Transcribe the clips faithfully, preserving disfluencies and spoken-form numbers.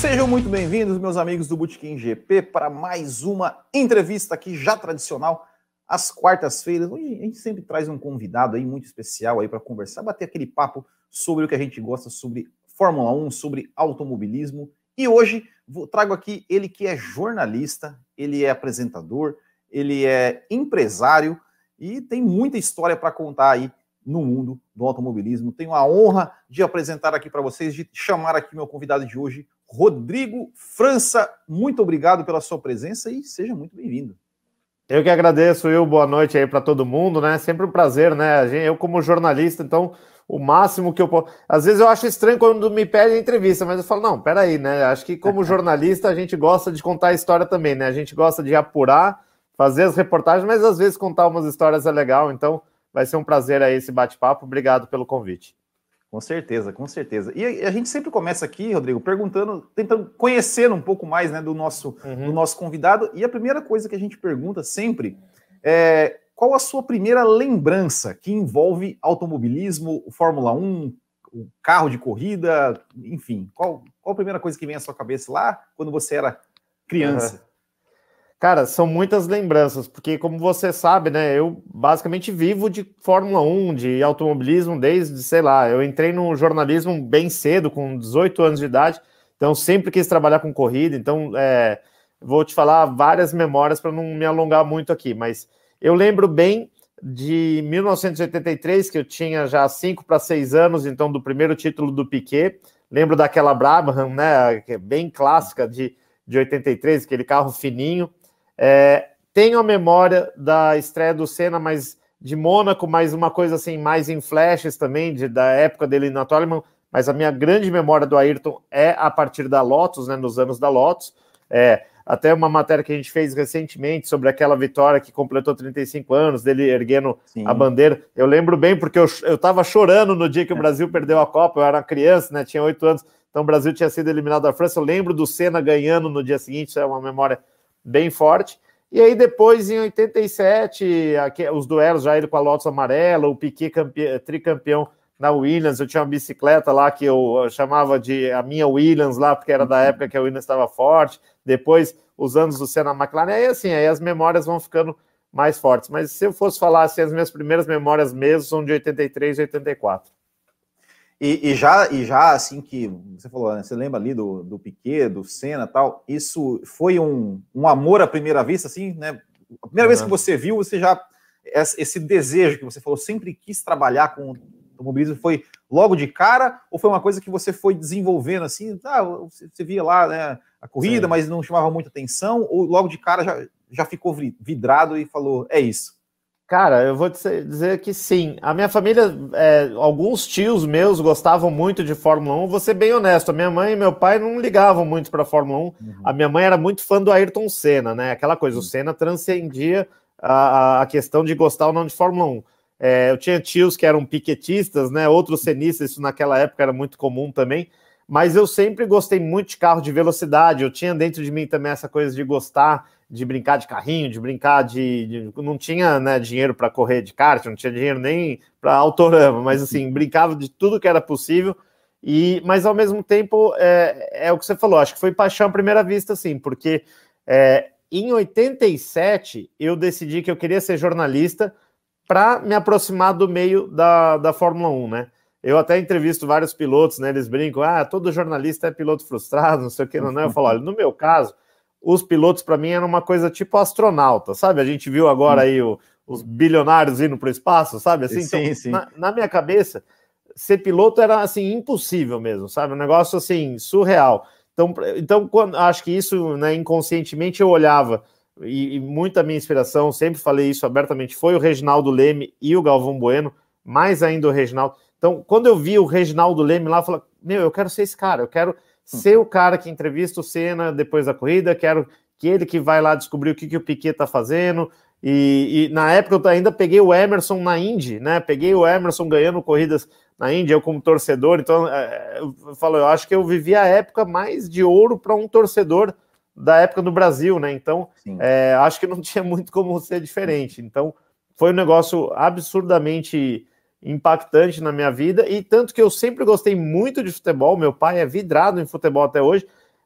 Sejam muito bem-vindos, meus amigos do Botequim G P, para mais uma entrevista aqui já tradicional, às quartas-feiras, onde a gente sempre traz um convidado aí muito especial aí para conversar, bater aquele papo sobre o que a gente gosta, sobre Fórmula um, sobre automobilismo. E hoje vou, trago aqui ele que é jornalista, ele é apresentador, ele é empresário e tem muita história para contar aí no mundo do automobilismo. Tenho a honra de apresentar aqui para vocês, de chamar aqui meu convidado de hoje, Rodrigo França. Muito obrigado pela sua presença e seja muito bem-vindo. Eu que agradeço, Will. Boa noite aí para todo mundo, né? Sempre um prazer, né? Eu como jornalista, então, o máximo que eu posso... Às vezes eu acho estranho quando me pedem entrevista, mas eu falo, não, peraí, né? Acho que como jornalista a gente gosta de contar a história também, né? A gente gosta de apurar, fazer as reportagens, mas às vezes contar umas histórias é legal, então vai ser um prazer aí esse bate-papo. Obrigado pelo convite. Com certeza, com certeza. E a gente sempre começa aqui, Rodrigo, perguntando, tentando conhecer um pouco mais, né, do nosso, uhum. do nosso convidado. E a primeira coisa que a gente pergunta sempre é qual a sua primeira lembrança que envolve automobilismo, Fórmula um, o carro de corrida, enfim. Qual, qual a primeira coisa que vem à sua cabeça lá quando você era criança? Uhum. Cara, são muitas lembranças, porque como você sabe, né, eu basicamente vivo de Fórmula um, de automobilismo desde, sei lá, eu entrei no jornalismo bem cedo, com dezoito anos de idade, então sempre quis trabalhar com corrida, então é, vou te falar várias memórias para não me alongar muito aqui, mas eu lembro bem de mil novecentos e oitenta e três, que eu tinha já cinco para seis anos, então do primeiro título do Piquet, lembro daquela Brabham, né, que é bem clássica de, de oitenta e três, aquele carro fininho. É, tenho a memória da estreia do Senna, mas de Mônaco, mas uma coisa assim, mais em flashes também, de, da época dele na Toleman, mas a minha grande memória do Ayrton é a partir da Lotus, né, nos anos da Lotus, é, até uma matéria que a gente fez recentemente sobre aquela vitória que completou trinta e cinco anos, dele erguendo Sim. a bandeira, eu lembro bem porque eu, eu tava chorando no dia que o Brasil perdeu a Copa, eu era criança, né, tinha oito anos, então o Brasil tinha sido eliminado da França, eu lembro do Senna ganhando no dia seguinte, isso é uma memória bem forte, e aí depois em oitenta e sete, aqui, os duelos já ele com a Lotus amarela, o Piquet campe... tricampeão na Williams, eu tinha uma bicicleta lá que eu chamava de a minha Williams lá, porque era da época que a Williams estava forte, depois os anos do Senna McLaren, aí assim, aí as memórias vão ficando mais fortes, mas se eu fosse falar assim, as minhas primeiras memórias mesmo são de oitenta e três e oitenta e quatro. E, e, já, e já, assim que você falou, né, você lembra ali do, do Piquet, do Senna e tal, isso foi um, um amor à primeira vista, assim, né? A primeira uhum. vez que você viu, você já, esse desejo que você falou, sempre quis trabalhar com automobilismo, foi logo de cara, ou foi uma coisa que você foi desenvolvendo, assim, ah, você via lá, né, a corrida, Sim. mas não chamava muita atenção, ou logo de cara já, já ficou vidrado e falou, é isso? Cara, eu vou dizer que sim. A minha família, é, alguns tios meus gostavam muito de Fórmula um. Vou ser bem honesto, a minha mãe e meu pai não ligavam muito para Fórmula um. Uhum. A minha mãe era muito fã do Ayrton Senna, né? Aquela coisa, uhum. o Senna transcendia a, a questão de gostar ou não de Fórmula um. É, eu tinha tios que eram piquetistas, né? Outros cenistas, isso naquela época era muito comum também. Mas eu sempre gostei muito de carro de velocidade. Eu tinha dentro de mim também essa coisa de gostar de brincar de carrinho, de brincar de... de não tinha, né, dinheiro para correr de kart, não tinha dinheiro nem para autorama, mas assim, brincava de tudo que era possível, e, mas ao mesmo tempo, é, é o que você falou, acho que foi paixão à primeira vista, assim, porque é, em oitenta e sete eu decidi que eu queria ser jornalista para me aproximar do meio da, da Fórmula um, né? Eu até entrevisto vários pilotos, né, eles brincam, ah, todo jornalista é piloto frustrado, não sei o que, não é? Eu falo, olha, no meu caso, os pilotos, para mim, eram uma coisa tipo astronauta, sabe? A gente viu agora aí o, os bilionários indo para o espaço, sabe? Assim, sim, então, sim. Na, na minha cabeça, ser piloto era, assim, impossível mesmo, sabe? Um negócio, assim, surreal. Então, então quando, acho que isso, né, inconscientemente, eu olhava, e, e muita minha inspiração, sempre falei isso abertamente, foi o Reginaldo Leme e o Galvão Bueno, mais ainda o Reginaldo. Então, quando eu vi o Reginaldo Leme lá, eu falei, meu, eu quero ser esse cara, eu quero ser o cara que entrevista o Senna depois da corrida, quero que ele que vai lá descobrir o que, que o Piquet tá fazendo, e, e na época eu ainda peguei o Emerson na Indy, né, peguei o Emerson ganhando corridas na Indy, eu como torcedor, então eu falo, eu acho que eu vivi a época mais de ouro para um torcedor da época do Brasil, né, então é, acho que não tinha muito como ser diferente, então foi um negócio absurdamente impactante na minha vida, e tanto que eu sempre gostei muito de futebol, meu pai é vidrado em futebol até hoje,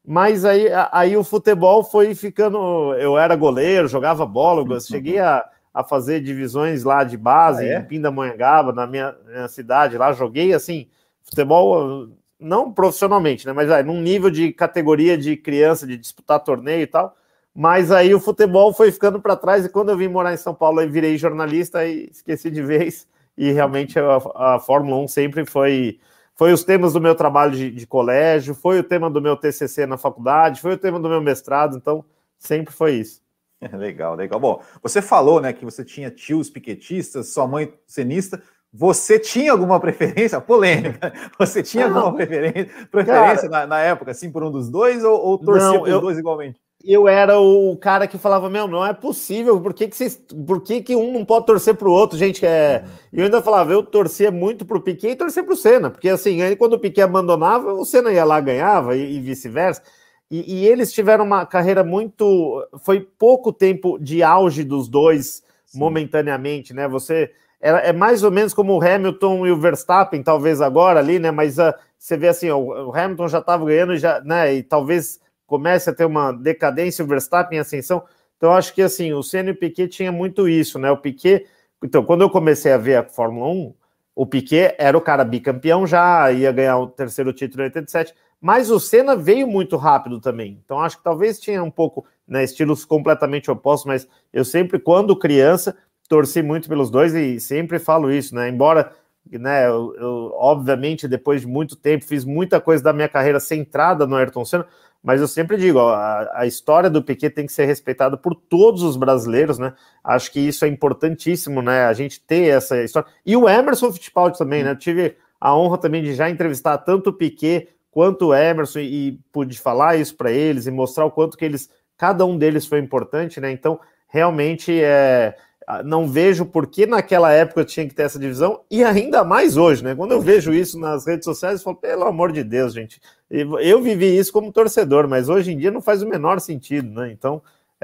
Mas aí, aí o futebol foi ficando... Eu era goleiro, jogava bola, eu cheguei a, a fazer divisões lá de base, ah, é? em Pindamonhangaba, na minha, minha cidade lá, joguei assim, futebol, não profissionalmente, né? Mas aí, num nível de categoria de criança, de disputar torneio e tal. Mas aí o futebol foi ficando para trás, e quando eu vim morar em São Paulo, eu virei jornalista e esqueci de vez, e realmente a, a Fórmula um sempre foi, foi os temas do meu trabalho de, de colégio, foi o tema do meu T C C na faculdade, foi o tema do meu mestrado, então sempre foi isso. Legal, legal. Bom, você falou, né, que você tinha tios piquetistas, sua mãe cenista. Você tinha alguma preferência? Polêmica. Você tinha não, alguma preferência, preferência cara, na, na época, assim, por um dos dois, ou, ou torcia por os dois igualmente? Eu era o cara que falava, meu, não é possível, por que que, vocês, por que, que um não pode torcer pro outro, gente? É... Uhum. E eu ainda falava, eu torcia muito pro Piquet e torcia pro Senna, porque assim, aí quando o Piquet abandonava, o Senna ia lá, ganhava, e, e vice-versa. E, e eles tiveram uma carreira muito... Foi pouco tempo de auge dos dois, sim, momentaneamente, né? Você... Era, é mais ou menos como o Hamilton e o Verstappen, talvez agora ali, né? Mas uh, você vê assim, o, o Hamilton já estava ganhando, já, né? E talvez comece a ter uma decadência, o Verstappen em ascensão. Então, eu acho que assim, o Senna e o Piquet tinha muito isso, né? O Piquet... Então, quando eu comecei a ver a Fórmula um, o Piquet era o cara bicampeão já, ia ganhar o terceiro título em oitenta e sete, mas o Senna veio muito rápido também. Então, acho que talvez tinha um pouco, né, estilos completamente opostos, mas eu sempre, quando criança, torci muito pelos dois e sempre falo isso, né? Embora, né, eu, eu obviamente, depois de muito tempo, fiz muita coisa da minha carreira centrada no Ayrton Senna, mas eu sempre digo, ó, a, a história do Piquet tem que ser respeitada por todos os brasileiros, né? Acho que isso é importantíssimo, né? A gente ter essa história. E o Emerson Fittipaldi também, né? Eu tive a honra também de já entrevistar tanto o Piquet quanto o Emerson e, e pude falar isso para eles e mostrar o quanto que eles, cada um deles foi importante, né? Então, realmente, é... não vejo por que naquela época tinha que ter essa divisão, e ainda mais hoje, né? Quando eu vejo isso nas redes sociais, eu falo, pelo amor de Deus, gente, eu vivi isso como torcedor, mas hoje em dia não faz o menor sentido, né? Então,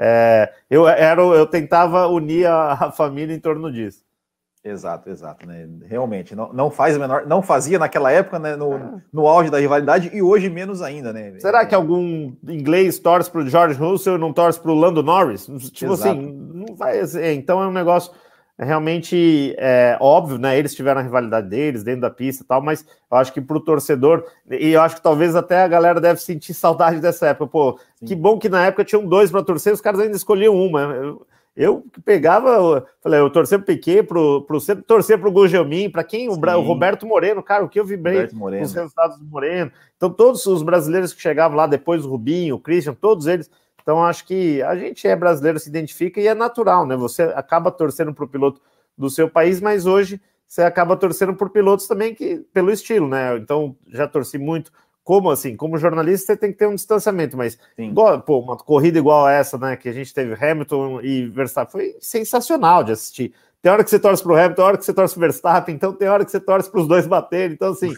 é, eu, era, eu tentava unir a, a família em torno disso. Exato, exato, né? Realmente, não, não faz o menor, não fazia naquela época, né, no, é. no auge da rivalidade, e hoje menos ainda, né? Será que algum inglês torce para o George Russell e não torce para o Lando Norris? Tipo exato. Assim, não vai. Então é um negócio realmente é, óbvio, né? Eles tiveram a rivalidade deles dentro da pista e tal, mas eu acho que para o torcedor, e eu acho que talvez até a galera deve sentir saudade dessa época. Pô, sim, que bom que na época tinham dois para torcer, os caras ainda escolhiam uma. Eu, Eu pegava, eu falei, eu torcer pro Piquet, pro, pro, torcer pro Gugelmin, para quem? O, o Roberto Moreno, cara, o que eu vibrei com os resultados do Moreno. Então, todos os brasileiros que chegavam lá depois, o Rubinho, o Christian, todos eles. Então, acho que a gente é brasileiro, se identifica e é natural, né? Você acaba torcendo pro piloto do seu país, mas hoje você acaba torcendo por pilotos também que, pelo estilo, né? Então, já torci muito. Como assim? Como jornalista, você tem que ter um distanciamento, mas igual, pô, uma corrida igual a essa, né? Que a gente teve Hamilton e Verstappen, foi sensacional de assistir. Tem hora que você torce para o Hamilton, tem hora que você torce para o Verstappen, então tem hora que você torce para os dois baterem. Então, assim,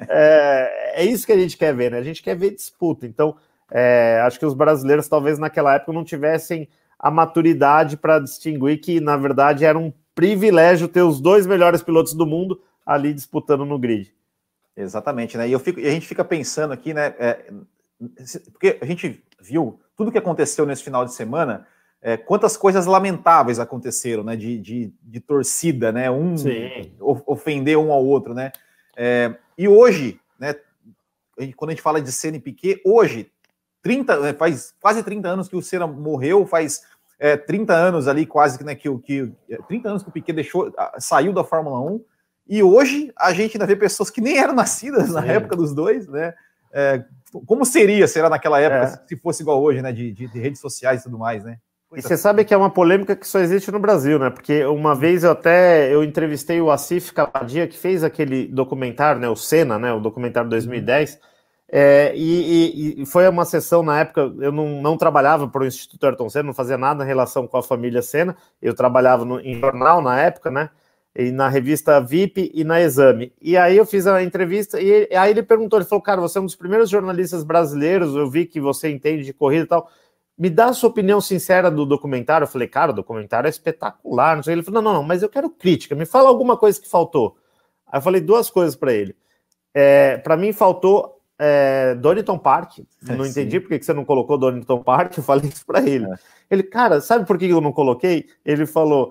é, é isso que a gente quer ver, né? A gente quer ver disputa. Então, é, acho que os brasileiros, talvez naquela época, não tivessem a maturidade para distinguir que, na verdade, era um privilégio ter os dois melhores pilotos do mundo ali disputando no grid. Exatamente, né? E, eu fico, e a gente fica pensando aqui, né? É, porque a gente viu tudo que aconteceu nesse final de semana, é, quantas coisas lamentáveis aconteceram, né? De, de, de torcida, né? Um of, ofender um ao outro, né? É, e hoje, né? Quando a gente fala de Senna e Piquet, hoje, trinta, faz quase trinta anos que o Senna morreu, faz é, trinta anos ali, quase né, que o que trinta anos que o Piquet deixou, saiu da Fórmula um. E hoje a gente ainda vê pessoas que nem eram nascidas na Sim. época dos dois, né? É, como seria, será naquela época, é. se fosse igual hoje, né? De, de, de redes sociais e tudo mais, né? Coisa e você assim. Sabe que é uma polêmica que só existe no Brasil, né? Porque uma vez eu até eu entrevistei o Asif Kapadia, que fez aquele documentário, né? O Senna, né? O documentário dois mil e dez. É, e, e foi uma sessão na época, eu não, não trabalhava para o Instituto Ayrton Senna, não fazia nada em relação com a família Senna. Eu trabalhava no, em jornal na época, né? E na revista V I P e na Exame. E aí eu fiz a entrevista e aí ele perguntou, ele falou, cara, você é um dos primeiros jornalistas brasileiros, eu vi que você entende de corrida e tal, me dá a sua opinião sincera do documentário. Eu falei, cara, o documentário é espetacular, não sei. Ele falou, não, não, não, mas eu quero crítica, me fala alguma coisa que faltou. Aí eu falei duas coisas para ele. É, para mim faltou é, Donington Park. Não Sim. entendi por que você não colocou Donington Park. Eu falei isso para ele. É. Ele, cara, sabe por que eu não coloquei? Ele falou,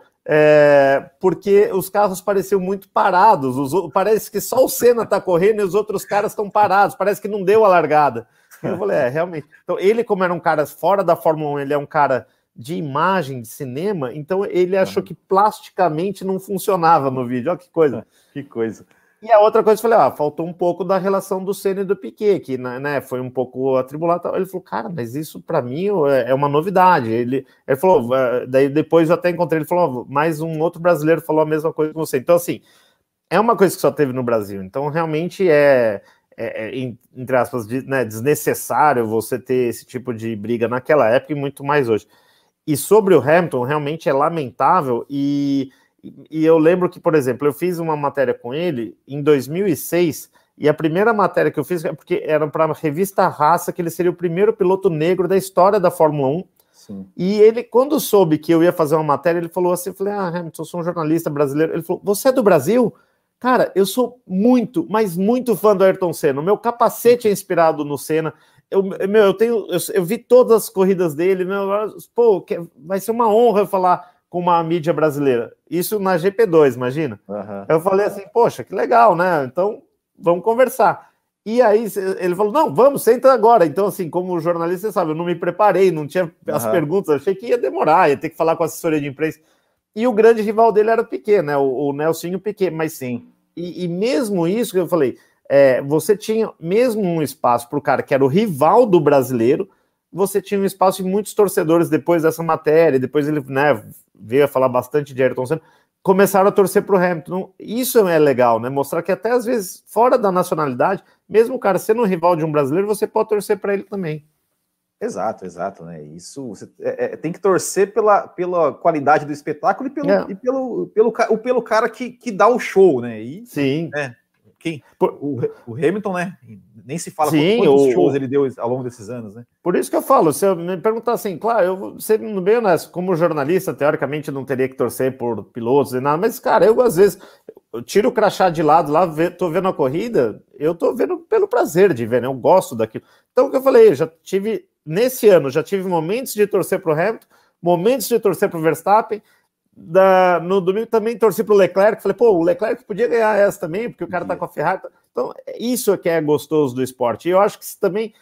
é, porque os carros pareciam muito parados. Os, parece que só o Senna tá correndo e os outros caras estão parados. Parece que não deu a largada. Eu falei, é, realmente. Então, ele, como era um cara fora da Fórmula um, ele é um cara de imagem, de cinema, então ele achou uhum. que plasticamente não funcionava no vídeo. Olha que coisa. Que coisa. E a outra coisa, eu falei, ah, faltou um pouco da relação do Senna e do Piquet, que né, foi um pouco atribulado. Ele falou, cara, mas isso para mim é uma novidade. Ele, ele falou, daí depois eu até encontrei, ele falou, mais um outro brasileiro falou a mesma coisa que você. Então, assim, é uma coisa que só teve no Brasil. Então, realmente é, é, é entre aspas, né, desnecessário você ter esse tipo de briga naquela época e muito mais hoje. E sobre o Hamilton, realmente é lamentável, e, e eu lembro que, por exemplo, eu fiz uma matéria com ele em dois mil e seis, e a primeira matéria que eu fiz é porque era para a revista Raça, que ele seria o primeiro piloto negro da história da Fórmula um. Sim. E ele, quando soube que eu ia fazer uma matéria, ele falou assim, eu falei, ah, Hamilton, eu sou um jornalista brasileiro. Ele falou, você é do Brasil? Cara, eu sou muito, mas muito fã do Ayrton Senna. O meu capacete é inspirado no Senna. Eu, meu, eu, tenho, eu, eu vi todas as corridas dele, meu, pô, que, vai ser uma honra eu falar com uma mídia brasileira. Isso na G P dois, imagina. Uhum. Eu falei assim, poxa, que legal, né? Então, vamos conversar. E aí ele falou, não, vamos, senta agora. Então, assim, como jornalista, você sabe, eu não me preparei, não tinha uhum. as perguntas, achei que ia demorar, ia ter que falar com a assessoria de imprensa. E o grande rival dele era o Piquet, né? O, o Nelsinho Piquet, mas sim. E, e mesmo isso que eu falei, É, você tinha mesmo um espaço para o cara que era o rival do brasileiro, você tinha um espaço de muitos torcedores depois dessa matéria, depois ele né, veio a falar bastante de Ayrton Senna, começaram a torcer para o Hamilton. Isso é legal, né? Mostrar que até às vezes, fora da nacionalidade, mesmo o cara sendo um rival de um brasileiro, você pode torcer para ele também. Exato, exato, né? Isso você é, é, tem que torcer pela, pela qualidade do espetáculo e pelo, é. e pelo, pelo, pelo, pelo cara que, que dá o show, né? E, Sim. É. Quem? O, o Hamilton, né? Nem se fala Sim, quantos o, shows ele deu ao longo desses anos, né? Por isso que eu falo, se eu me perguntar assim, claro, eu vou ser bem honesto, como jornalista, teoricamente não teria que torcer por pilotos e nada, mas, cara, eu às vezes eu tiro o crachá de lado lá, tô vendo a corrida, eu tô vendo pelo prazer de ver, né? Eu gosto daquilo. Então, o que eu falei, eu já tive, nesse ano, já tive momentos de torcer pro Hamilton, momentos de torcer pro Verstappen. Da, no domingo também torci para o Leclerc, falei, pô, o Leclerc podia ganhar essa também, porque o cara tá com a Ferrari. Então, isso é que é gostoso do esporte. E eu acho que isso também,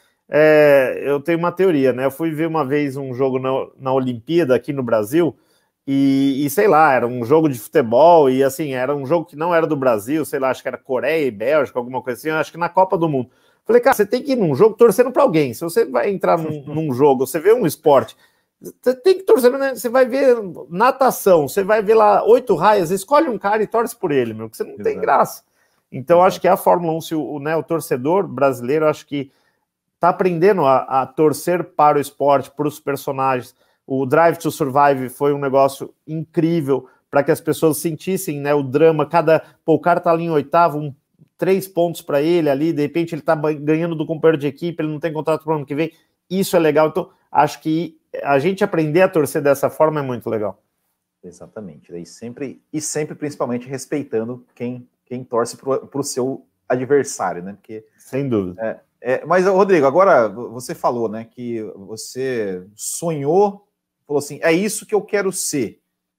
é, eu tenho uma teoria, né? Eu fui ver uma vez um jogo na, na Olimpíada aqui no Brasil, e, e sei lá, era um jogo de futebol, e assim, era um jogo que não era do Brasil, sei lá, acho que era Coreia e Bélgica, alguma coisa assim, acho que na Copa do Mundo. Falei, cara, você tem que ir num jogo torcendo para alguém. Se você vai entrar num, num jogo, você vê um esporte, você tem que torcer, né? Você vai ver natação, você vai ver lá oito raias, escolhe um cara e torce por ele, meu, que você não Exato. Tem graça. Então, Exato. Acho que a Fórmula um, se o, né, o torcedor brasileiro, acho que tá aprendendo a, a torcer para o esporte, para os personagens. O Drive to Survive foi um negócio incrível para que as pessoas sentissem, né, o drama. Cada, pô, o cara tá ali em oitavo, um, três pontos para ele ali, de repente ele tá ganhando do companheiro de equipe, ele não tem contrato para o ano que vem. Isso é legal. Então, acho que a gente aprender a torcer dessa forma é muito legal. Exatamente. E sempre, e sempre principalmente, respeitando quem, quem torce para o seu adversário, né? Porque, sem dúvida. É, é, mas, Rodrigo, agora você falou, né, que você sonhou, falou assim, é isso que eu quero ser.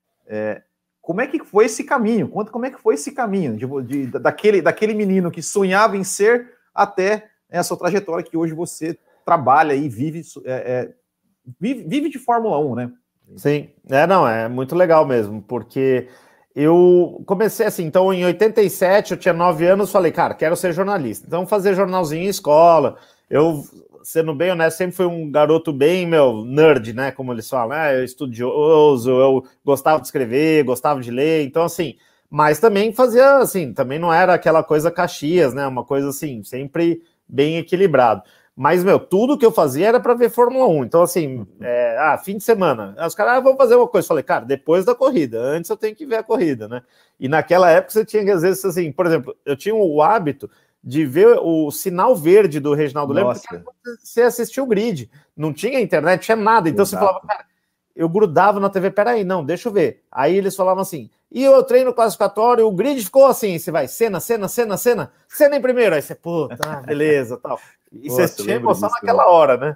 É, como é que foi esse caminho? Conta como é que foi esse caminho de, de, daquele, daquele menino que sonhava em ser até a sua trajetória que hoje você trabalha e vive... É, é, Vive, vive de Fórmula um, né? Sim, é, não, é muito legal mesmo, porque eu comecei assim, então em oitenta e sete, eu tinha nove anos, falei, cara, quero ser jornalista, então fazer jornalzinho em escola, eu, sendo bem honesto, sempre fui um garoto bem, meu, nerd, né, como eles falam, né, eu estudioso, eu gostava de escrever, gostava de ler, então assim, mas também fazia, assim, também não era aquela coisa Caxias, né, uma coisa assim, sempre bem equilibrado. Mas, meu, tudo que eu fazia era para ver Fórmula um. Então, assim, é, ah, fim de semana. Os caras, ah, vamos fazer uma coisa. Eu falei, cara, depois da corrida. Antes eu tenho que ver a corrida, né? E naquela época você tinha que, às vezes, assim, por exemplo, eu tinha o hábito de ver o sinal verde do Reginaldo Leme, porque você assistia o grid. Não tinha internet, tinha nada. Então Exato. Você falava, cara, eu grudava na T V, peraí, não, deixa eu ver. Aí eles falavam assim, e eu treino classificatório, o grid ficou assim, você vai, cena, cena, cena, cena, cena em primeiro, aí você, puta, beleza, tal. E Nossa, você tinha emoção disso, naquela né? hora, né?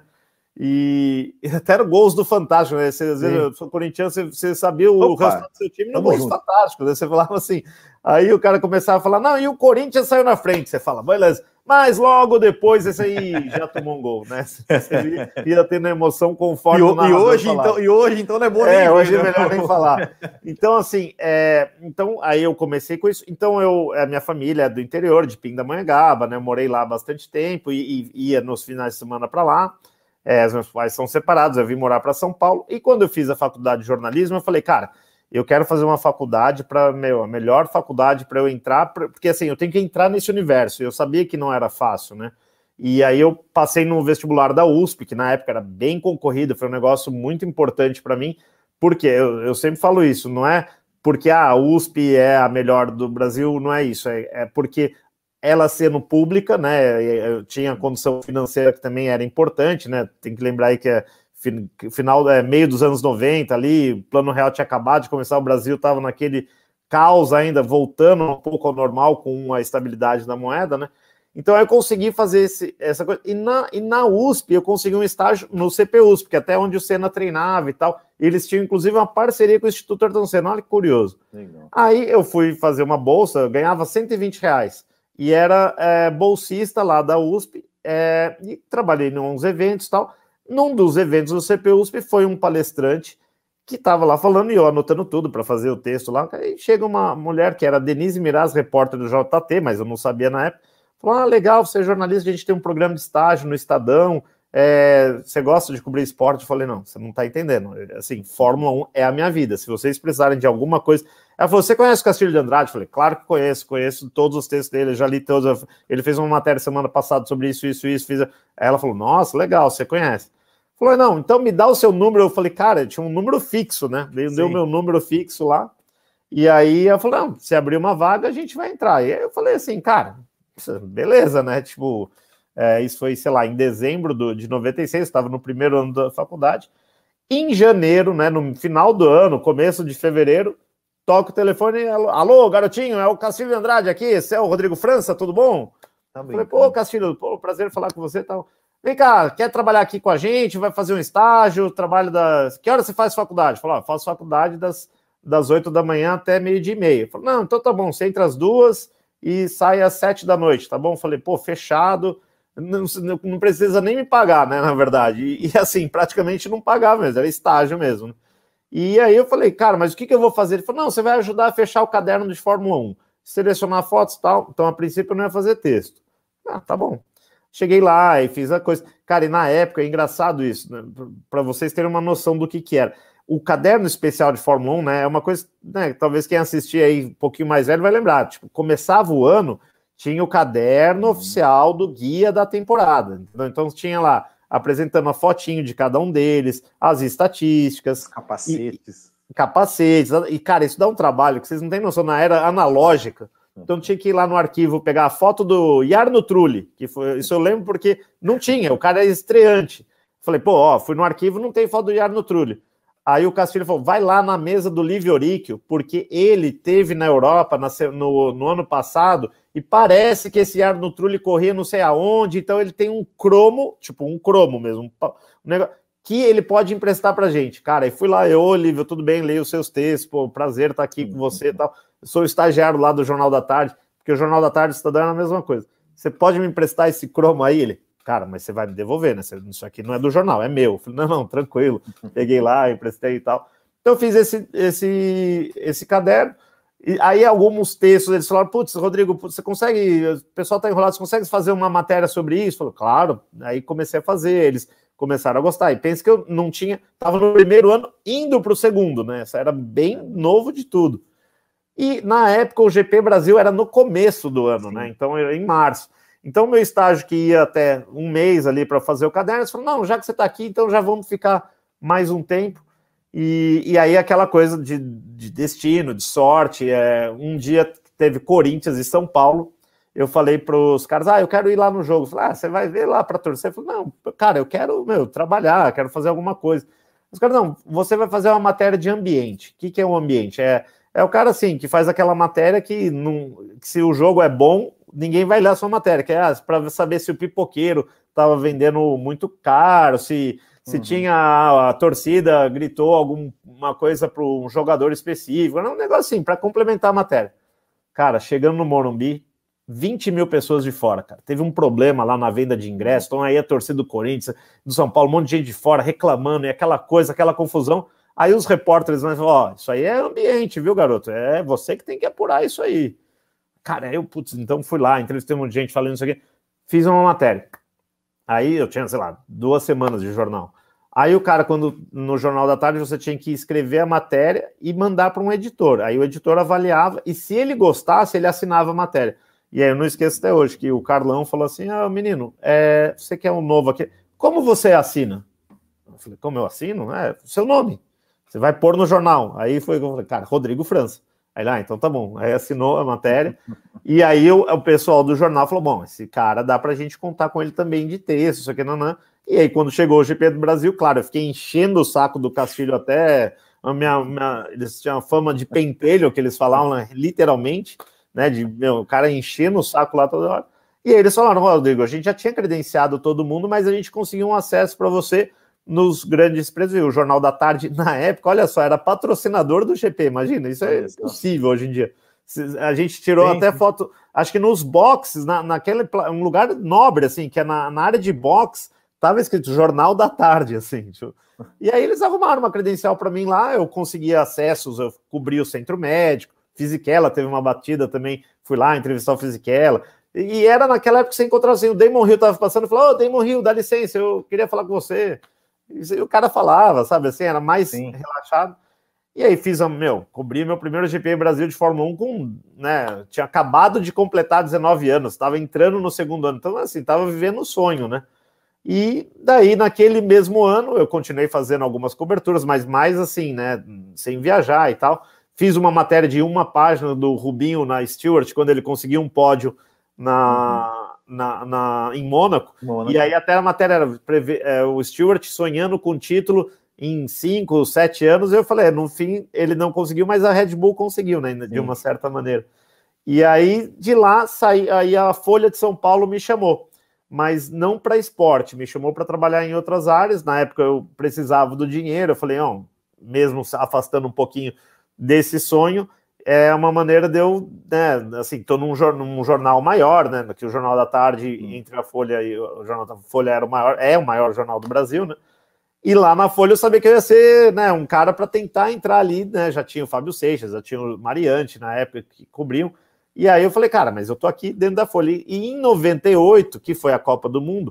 E até era gols do Fantástico, né? Você, às vezes, eu sou corintiano, você, você sabia o Opa, resultado do seu time no gols Fantástico, né? Você falava assim, aí o cara começava a falar, não, e o Corinthians saiu na frente, você fala, beleza, mas logo depois esse aí já tomou um gol, né? Você ia tendo emoção conforme e, o e hoje então E hoje, então, não é bom nem É, hoje é melhor nem falar. Então, assim, é, então, aí eu comecei com isso. Então, eu, a minha família é do interior, de Pindamonhangaba, né? Eu morei lá há bastante tempo e, e ia nos finais de semana para lá. É, os meus pais são separados, eu vim morar para São Paulo. E quando eu fiz a faculdade de jornalismo, eu falei, cara, eu quero fazer uma faculdade para, meu, a melhor faculdade para eu entrar, porque assim, eu tenho que entrar nesse universo. Eu sabia que não era fácil, né? E aí eu passei no vestibular da U S P, que na época era bem concorrido, foi um negócio muito importante para mim, porque eu, eu sempre falo isso, não é porque ah, a U S P é a melhor do Brasil, não é isso, é, é porque ela sendo pública, né, eu tinha condição financeira que também era importante, né, tem que lembrar aí que é final, é, meio dos anos noventa ali, o Plano Real tinha acabado de começar, o Brasil estava naquele caos ainda, voltando um pouco ao normal com a estabilidade da moeda, né, então eu consegui fazer esse, essa coisa, e na, e na U S P eu consegui um estágio no C P U S P, que é até onde o Senna treinava e tal, e eles tinham inclusive uma parceria com o Instituto Ayrton Senna, olha que curioso. Legal. Aí eu fui fazer uma bolsa, eu ganhava cento e vinte reais, e era é, bolsista lá da U S P, é, e trabalhei em uns eventos e tal. Num dos eventos do C P U S P foi um palestrante que estava lá falando e eu anotando tudo para fazer o texto lá. Aí chega uma mulher que era Denise Miraz, repórter do J T, mas eu não sabia na época. Falou, ah, legal, você é jornalista, a gente tem um programa de estágio no Estadão, é, você gosta de cobrir esporte? Eu falei, não, você não está entendendo. Assim, Fórmula um é a minha vida. Se vocês precisarem de alguma coisa... Ela falou, você conhece o Castilho de Andrade? Eu falei, claro que conheço, conheço todos os textos dele, já li todos. Ele fez uma matéria semana passada sobre isso, isso, isso. Fiz... Aí ela falou, nossa, legal, você conhece. Falou, não, então me dá o seu número. Eu falei, cara, tinha um número fixo, né? Ele deu meu número fixo lá. E aí ela falou, não, se abrir uma vaga, a gente vai entrar. E aí eu falei assim, cara, beleza, né? Tipo, é, isso foi, sei lá, em dezembro do, de noventa e seis, estava no primeiro ano da faculdade. Em janeiro, né, no final do ano, começo de fevereiro, toca o telefone, alô, alô, garotinho, é o Castilho de Andrade aqui, esse é o Rodrigo França, tudo bom? Tá bem, falei, pô, Castilho, pô, prazer falar com você e tal. Vem cá, quer trabalhar aqui com a gente, vai fazer um estágio, trabalho das... Que hora você faz faculdade? Falei, ó, faço faculdade das, das oito da manhã até meio-dia e meia. Falei, não, então tá bom, você entra às duas e sai às sete da noite, tá bom? Falei, pô, fechado, não, não precisa nem me pagar, né, na verdade. E, e assim, praticamente não pagava mesmo, era estágio mesmo, né? E aí eu falei, cara, mas o que, que eu vou fazer? Ele falou, não, você vai ajudar a fechar o caderno de Fórmula um, selecionar fotos e tal. Então, a princípio, eu não ia fazer texto. Ah, tá bom. Cheguei lá e fiz a coisa. Cara, e na época, é engraçado isso, né? Para vocês terem uma noção do que que era. O caderno especial de Fórmula um, né, é uma coisa, né, talvez quem assistir aí um pouquinho mais velho vai lembrar. Tipo, começava o ano, tinha o caderno uhum. oficial do guia da temporada. Entendeu? Então, tinha lá, apresentando a fotinho de cada um deles, as estatísticas. Capacetes. E, capacetes. E, cara, isso dá um trabalho que vocês não têm noção. Na era analógica, então tinha que ir lá no arquivo pegar a foto do Jarno Trulli, que foi, isso eu lembro porque não tinha, o cara era estreante. Falei, pô, ó, fui no arquivo, não tem foto do Jarno Trulli. Aí o Castilho falou, vai lá na mesa do Livio Oricchio, porque ele teve na Europa na, no, no ano passado e parece que esse Jarno Trulli corria não sei aonde, então ele tem um cromo, tipo um cromo mesmo, um, um negócio, que ele pode emprestar pra gente. Cara, e fui lá, eu, Olívio, tudo bem, leio os seus textos, pô, prazer estar aqui com você e tal. Eu sou estagiário lá do Jornal da Tarde, porque o Jornal da Tarde está dando a mesma coisa. Você pode me emprestar esse cromo aí? Ele, cara, mas você vai me devolver, né? Isso aqui não é do jornal, é meu. Eu falei, não, não, tranquilo. Peguei lá, emprestei e tal. Então eu fiz esse, esse, esse caderno, e aí alguns textos, eles falaram, putz, Rodrigo, você consegue, o pessoal está enrolado, você consegue fazer uma matéria sobre isso? Eu falei, claro. Aí comecei a fazer, eles começaram a gostar. E pensa que eu não tinha, estava no primeiro ano, indo para o segundo, né? Isso era bem novo de tudo. E na época o G P Brasil era no começo do ano, Sim. né? Então era em março. Então meu estágio que ia até um mês ali para fazer o caderno, eles falaram, não, já que você está aqui, então já vamos ficar mais um tempo. E, e aí aquela coisa de, de destino, de sorte, é, um dia teve Corinthians e São Paulo, eu falei para os caras, ah, eu quero ir lá no jogo. Eu falei, ah, você vai ver lá para torcer? Eu falei, não, cara, eu quero, meu, trabalhar, quero fazer alguma coisa. Os caras, não, você vai fazer uma matéria de ambiente. O que, que é um ambiente? É, é o cara, assim, que faz aquela matéria que, não, que se o jogo é bom, ninguém vai ler a sua matéria, que é ah, para saber se o pipoqueiro estava vendendo muito caro, se, se uhum. tinha a, a torcida gritou alguma coisa para um jogador específico, é um negócio assim, para complementar a matéria. Cara, chegando no Morumbi, vinte mil pessoas de fora, cara. Teve um problema lá na venda de ingressos, então aí a torcida do Corinthians, do São Paulo, um monte de gente de fora reclamando, e aquela coisa, aquela confusão. Aí os repórteres vão falar, ó, isso aí é ambiente, viu, garoto? É você que tem que apurar isso aí. Cara, eu, putz, então fui lá, entrevistei um monte de gente falando isso aqui, fiz uma matéria. Aí eu tinha, sei lá, duas semanas de jornal. Aí o cara, quando no Jornal da Tarde, você tinha que escrever a matéria e mandar para um editor. Aí o editor avaliava, e se ele gostasse, ele assinava a matéria. E aí eu não esqueço até hoje que o Carlão falou assim, ah, menino, é, você que é um novo aqui, como você assina? Eu falei, como eu assino? É, seu nome. Você vai pôr no jornal. Aí foi, eu falei, cara, Rodrigo França. Aí lá, ah, então tá bom. Aí assinou a matéria. E aí o, o pessoal do jornal falou, bom, esse cara dá pra gente contar com ele também de texto, isso aqui, nanã. E aí quando chegou o G P do Brasil, claro, eu fiquei enchendo o saco do Castilho até... A minha, minha, eles tinham a fama de pentelho, que eles falavam, né, literalmente, né, de meu, o cara enchendo o saco lá toda hora. E aí eles falaram, Rodrigo, a gente já tinha credenciado todo mundo, mas a gente conseguiu um acesso para você nos grandes prêmios. O Jornal da Tarde, na época, olha só, era patrocinador do G P, imagina, isso é possível hoje em dia. A gente tirou sim, até sim. foto, acho que nos boxes, na, naquele um lugar nobre, assim, que é na, na área de box, tava escrito Jornal da Tarde, assim. Tipo. E aí eles arrumaram uma credencial para mim lá, eu consegui acessos, eu cobri o centro médico, Fisichella teve uma batida também, fui lá entrevistar o Fisichella. E era naquela época que você encontrava assim, o Damon Hill tava passando e falou, ô, oh, Damon Hill, dá licença, eu queria falar com você. E o cara falava, sabe, assim, era mais sim. relaxado. E aí fiz, meu, cobri meu primeiro G P Brasil de Fórmula um com, né, tinha acabado de completar dezenove anos, estava entrando no segundo ano, então assim, estava vivendo o sonho, né? E daí, naquele mesmo ano, eu continuei fazendo algumas coberturas, mas mais assim, né, sem viajar e tal. Fiz uma matéria de uma página do Rubinho na Stewart, quando ele conseguiu um pódio na, uhum. na, na, em Mônaco. Mônaco. E aí até a matéria era preve, é, o Stewart sonhando com o título em cinco, sete anos. Eu falei, é, no fim, ele não conseguiu, mas a Red Bull conseguiu, né, de Sim. uma certa maneira. E aí, de lá, saí, aí a Folha de São Paulo me chamou, mas não para esporte, me chamou para trabalhar em outras áreas. Na época eu precisava do dinheiro, eu falei, ó, mesmo afastando um pouquinho desse sonho, é uma maneira de eu, né, assim, tô num, num jornal maior, né, que o Jornal da Tarde, hum. entre a Folha e o Jornal da Folha era o maior, é o maior jornal do Brasil, né, e lá na Folha eu sabia que eu ia ser, né, um cara para tentar entrar ali, né, já tinha o Fábio Seixas, já tinha o Mariante na época que cobriam, e aí eu falei, cara, mas eu tô aqui dentro da Folha, e em noventa e oito, que foi a Copa do Mundo,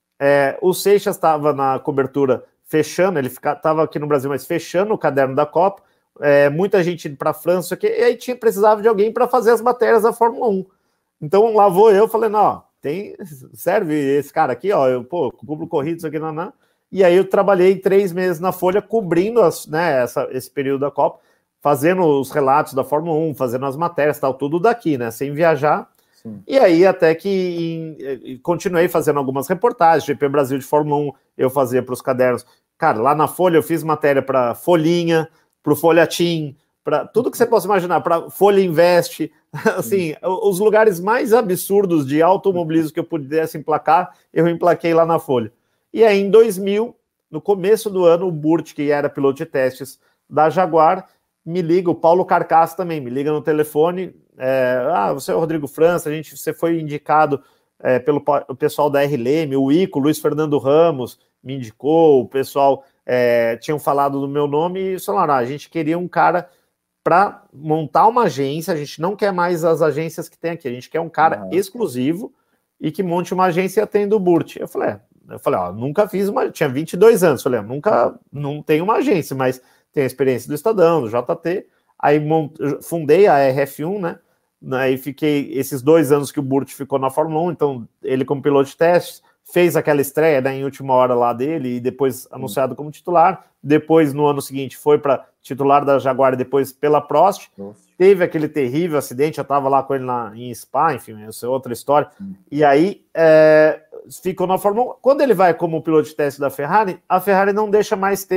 é, o Seixas estava na cobertura fechando, ele estava aqui no Brasil, mas fechando o caderno da Copa, É, muita gente indo para a França, que, e aí tinha, precisava de alguém para fazer as matérias da Fórmula um. Então lá vou eu, falei, não, tem, serve esse cara aqui, ó, eu, pô, cubro corridas isso aqui, não, não. E aí eu trabalhei três meses na Folha, cobrindo as, né, essa, esse período da Copa, fazendo os relatos da Fórmula um, fazendo as matérias, tal, tudo daqui, né, sem viajar. Sim. E aí até que em, continuei fazendo algumas reportagens, G P Brasil de Fórmula um, eu fazia para os cadernos. Cara, lá na Folha eu fiz matéria para Folhinha, para o Folhatim, para tudo que você possa imaginar, para Folha Invest, assim, os lugares mais absurdos de automobilismo que eu pudesse emplacar, eu emplaquei lá na Folha. E aí, em dois mil, no começo do ano, o Burt, que era piloto de testes da Jaguar, me liga, o Paulo Carcasso também, me liga no telefone, é, ah, você é o Rodrigo França, a gente, você foi indicado é, pelo o pessoal da R L M, o Ico, Luiz Fernando Ramos, me indicou, o pessoal... É, tinham falado do meu nome e falaram, ah, a gente queria um cara para montar uma agência, a gente não quer mais as agências que tem aqui, a gente quer um cara uhum. exclusivo e que monte uma agência e atenda o Burt. Eu falei, é, eu falei, ó, nunca fiz uma, tinha vinte e dois anos, falei, nunca, não tenho uma agência, mas tenho a experiência do Estadão, do J T, aí mont, fundei a R F um, né, aí fiquei esses dois anos que o Burt ficou na Fórmula um, então ele como piloto de testes, fez aquela estreia, né, em última hora lá dele e depois anunciado como titular. Depois, no ano seguinte, foi para titular da Jaguar e depois pela Prost. Nossa. Teve aquele terrível acidente, eu estava lá com ele na, em Spa, enfim, essa é outra história. Hum. E aí, é, ficou na Fórmula um. Quando ele vai como piloto de teste da Ferrari, a Ferrari não deixa mais ter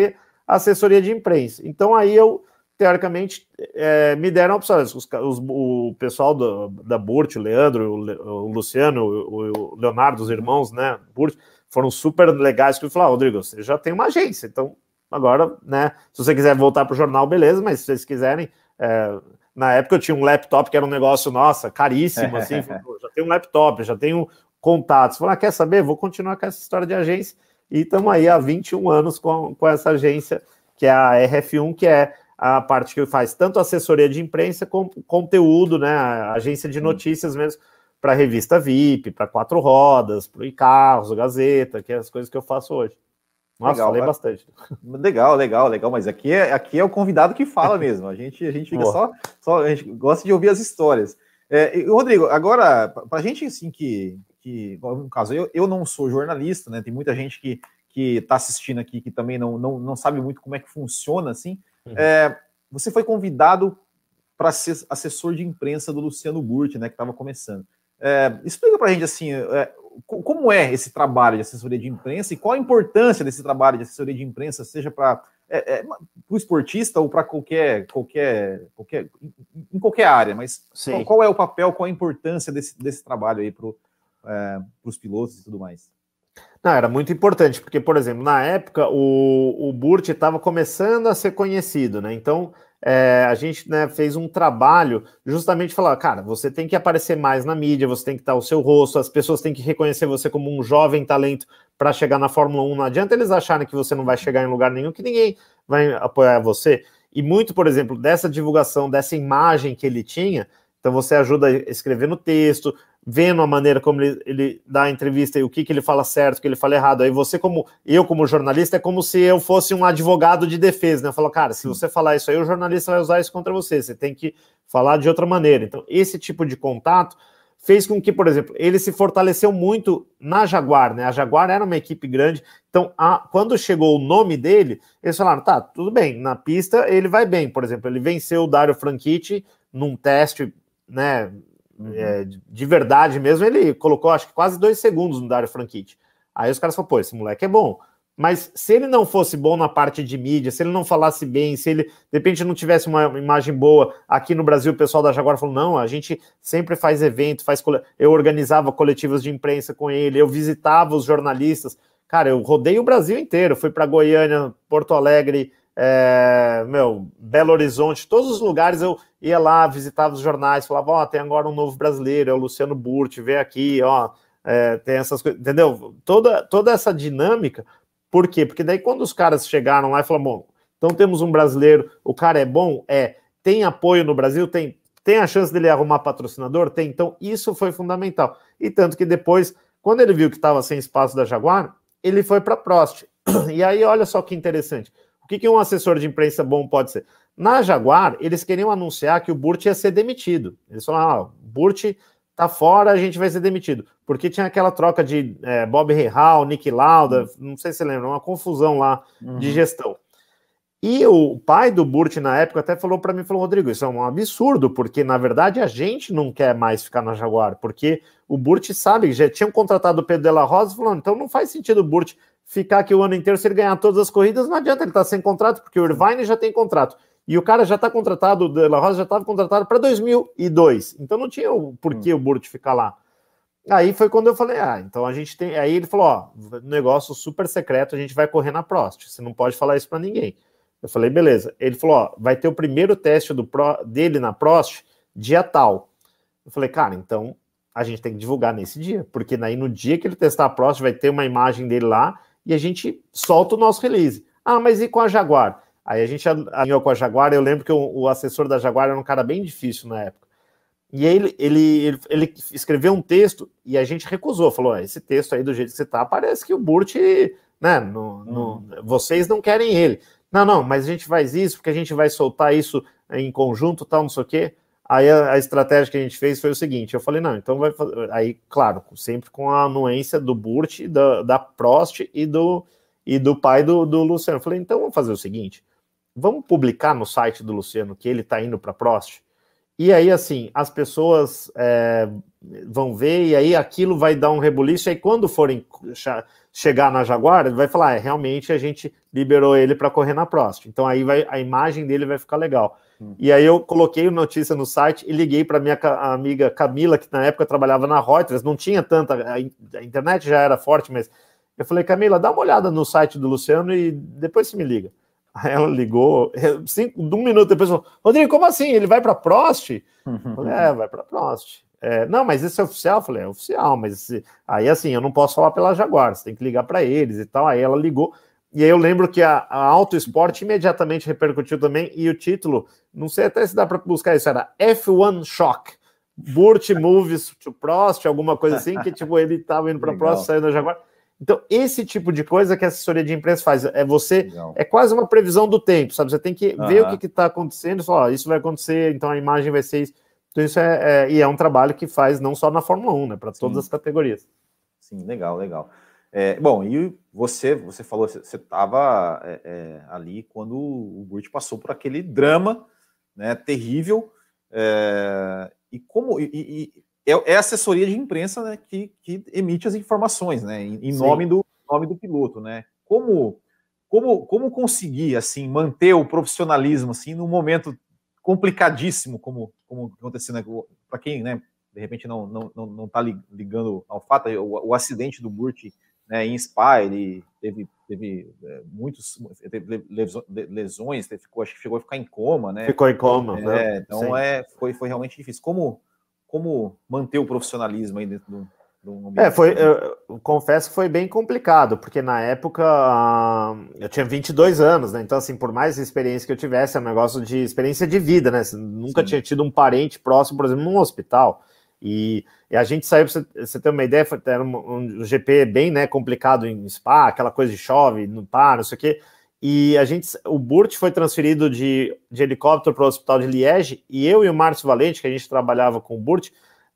assessoria de imprensa. Então aí eu, teoricamente, é, me deram opções. Os, os, o pessoal do, da Burt, o Leandro, o, o Luciano, o, o Leonardo, os irmãos, né, Burt, foram super legais, que eu falei, ah, Rodrigo, você já tem uma agência, então agora, né, se você quiser voltar para o jornal, beleza, mas se vocês quiserem, é, na época eu tinha um laptop que era um negócio, nossa, caríssimo, assim, falei, já tenho um laptop, já tenho contatos, falei, ah, quer saber, vou continuar com essa história de agência, e estamos aí há vinte e um anos com, com essa agência, que é a R F um, que é a parte que faz tanto assessoria de imprensa como conteúdo, né, a agência de notícias mesmo, para a revista V I P, para Quatro Rodas, para o iCarros, o Gazeta, que é as coisas que eu faço hoje. Nossa, legal, falei bastante. Legal, legal, legal, mas aqui é, aqui é o convidado que fala mesmo, a gente, a gente fica só, só, a gente gosta de ouvir as histórias. É, e, Rodrigo, agora, para a gente, assim, que, que, no caso, eu, eu não sou jornalista, né, tem muita gente que que está assistindo aqui, que também não, não, não sabe muito como é que funciona, assim, uhum. é, você foi convidado para ser assessor de imprensa do Luciano Burti, né, que estava começando. É, explica para a gente, assim, é, como é esse trabalho de assessoria de imprensa e qual a importância desse trabalho de assessoria de imprensa, seja para é, é, o esportista ou para qualquer, qualquer, qualquer, em qualquer área, mas qual, qual é o papel, qual a importância desse, desse trabalho aí para é, os pilotos e tudo mais? Não, era muito importante, porque, por exemplo, na época o, o Burti estava começando a ser conhecido, né? Então é, a gente, né, fez um trabalho justamente falar, cara, você tem que aparecer mais na mídia, você tem que estar o seu rosto, as pessoas têm que reconhecer você como um jovem talento para chegar na Fórmula um. Não adianta eles acharem que você não vai chegar em lugar nenhum, que ninguém vai apoiar você. E muito, por exemplo, dessa divulgação, dessa imagem que ele tinha, então você ajuda a escrever no texto, vendo a maneira como ele, ele dá a entrevista e o que, que ele fala certo, o que ele fala errado. Aí você, como eu, como jornalista, é como se eu fosse um advogado de defesa, né? Eu falo, cara, se você falar isso aí, o jornalista vai usar isso contra você, você tem que falar de outra maneira. Então, esse tipo de contato fez com que, por exemplo, ele se fortaleceu muito na Jaguar, né? A Jaguar era uma equipe grande, então, a, quando chegou o nome dele, eles falaram, tá, tudo bem, na pista ele vai bem, por exemplo, ele venceu o Dario Franchitti num teste, né, Uhum. É, de verdade mesmo, ele colocou acho que quase dois segundos no Dario Franchitti. Aí os caras falaram, pô, esse moleque é bom. Mas se ele não fosse bom na parte de mídia, se ele não falasse bem, se ele de repente não tivesse uma imagem boa, aqui no Brasil o pessoal da Jaguar falou, não, a gente sempre faz evento, faz cole... eu organizava coletivas de imprensa com ele, eu visitava os jornalistas. Cara, eu rodei o Brasil inteiro, fui para Goiânia, Porto Alegre, É, meu, Belo Horizonte, todos os lugares eu ia lá, visitava os jornais, falava, ó, oh, tem agora um novo brasileiro, é o Luciano Burti, vem aqui, ó, é, tem essas coisas, entendeu? Toda, toda essa dinâmica, por quê? Porque daí quando os caras chegaram lá e falaram, bom, então temos um brasileiro, o cara é bom? É. Tem apoio no Brasil? Tem. Tem a chance dele arrumar patrocinador? Tem. Então isso foi fundamental. E tanto que depois, quando ele viu que estava sem espaço da Jaguar, ele foi para a Prost. E aí, olha só que interessante. O que, que um assessor de imprensa bom pode ser? Na Jaguar, eles queriam anunciar que o Burti ia ser demitido. Eles falaram, ah, o Burti tá fora, a gente vai ser demitido. Porque tinha aquela troca de é, Bob Rahal, Nick Lauda, uhum. não sei se você lembra, uma confusão lá uhum. de gestão. E o pai do Burti, na época, até falou para mim, falou, Rodrigo, isso é um absurdo, porque, na verdade, a gente não quer mais ficar na Jaguar, porque o Burti sabe, já tinham contratado o Pedro de la Rosa, falando, então não faz sentido o Burti ficar aqui o ano inteiro, se ele ganhar todas as corridas, não adianta ele estar sem contrato, porque o Irvine já tem contrato. E o cara já está contratado, o De La Rosa já estava contratado para dois mil e dois. Então não tinha o porquê hum. o Burti ficar lá. Aí foi quando eu falei, ah, então a gente tem... Aí ele falou, ó, negócio super secreto, a gente vai correr na Prost. Você não pode falar isso para ninguém. Eu falei, beleza. Ele falou, ó, vai ter o primeiro teste do Pro, dele na Prost dia tal. Eu falei, cara, então a gente tem que divulgar nesse dia, porque aí no dia que ele testar a Prost vai ter uma imagem dele lá e a gente solta o nosso release. Ah, mas e com a Jaguar? Aí a gente alinhou com a Jaguar, eu lembro que o, o assessor da Jaguar era um cara bem difícil na época. E aí ele, ele, ele, ele escreveu um texto e a gente recusou, falou, esse texto aí do jeito que você tá, parece que o Burti, né, no, no, hum. vocês não querem ele. Não, não, mas a gente faz isso porque a gente vai soltar isso em conjunto, tal, não sei o quê. Aí a, a estratégia que a gente fez foi o seguinte, eu falei, não, então vai fazer... Aí, claro, sempre com a anuência do Burti, da, da Prost e do, e do pai do, do Luciano. Eu falei, então vamos fazer o seguinte, vamos publicar no site do Luciano que ele está indo para a Prost e aí, assim, as pessoas é, vão ver, e aí aquilo vai dar um rebuliço, e aí quando forem chegar na Jaguar, ele vai falar, é, realmente a gente liberou ele para correr na Prost. Então aí vai, a imagem dele vai ficar legal. Hum. E aí eu coloquei a notícia no site e liguei para minha amiga Camila, que na época trabalhava na Reuters, não tinha tanta, a internet já era forte, mas eu falei, Camila, dá uma olhada no site do Luciano e depois você me liga. Aí ela ligou, cinco, um minuto depois falou, Rodrigo, como assim? Ele vai para Prost? Eu falei, é, vai para Prost. É, não, mas isso é oficial? Eu falei, é oficial, mas aí assim, eu não posso falar pela Jaguar, você tem que ligar para eles e tal. Aí ela ligou, e aí eu lembro que a, a Auto Sport imediatamente repercutiu também, e o título, não sei até se dá para buscar isso, era F um Shock, Burt moves to Prost, alguma coisa assim, que tipo, ele estava indo para Prost, saindo da Jaguar. Então, esse tipo de coisa que a assessoria de imprensa faz, é você, Legal. é quase uma previsão do tempo, sabe? Você tem que uhum. ver o que está acontecendo e falar, ó, isso vai acontecer, então a imagem vai ser isso. Então, isso é, é, e é um trabalho que faz não só na Fórmula um, né? Para todas as categorias. Sim, legal, legal. É, bom, e você, você falou, você estava é, é, ali quando o Burt passou por aquele drama, né, terrível, é, e como... E, e, é a assessoria de imprensa, né, que, que emite as informações, né, em, em nome, do, nome do piloto, né? Como, como, como conseguir, assim, manter o profissionalismo, assim, num momento complicadíssimo, como, como aconteceu, né? Para quem, né, de repente não não não, não tá ligando ao fato, o, o acidente do Burt, né, em Spa, ele teve, teve é, muitos teve lesões, teve, ficou, acho que chegou a ficar em coma, né? Ficou em coma, é, né? Então, é, foi, foi realmente difícil. Como Como manter o profissionalismo aí dentro do, do ambiente? É, foi, eu, eu confesso que foi bem complicado, porque na época eu tinha vinte e dois anos, né? Então, assim, por mais experiência que eu tivesse, é um negócio de experiência de vida, né? Nunca Sim. tinha tido um parente próximo, por exemplo, num hospital. E, e a gente saiu, pra você, você ter uma ideia, foi, era um, um G P bem, né, complicado em Spa, aquela coisa de chove, não para, não sei o quê. E a gente, o Burt foi transferido de, de helicóptero para o hospital de Liege, e eu e o Márcio Valente, que a gente trabalhava com o Burt,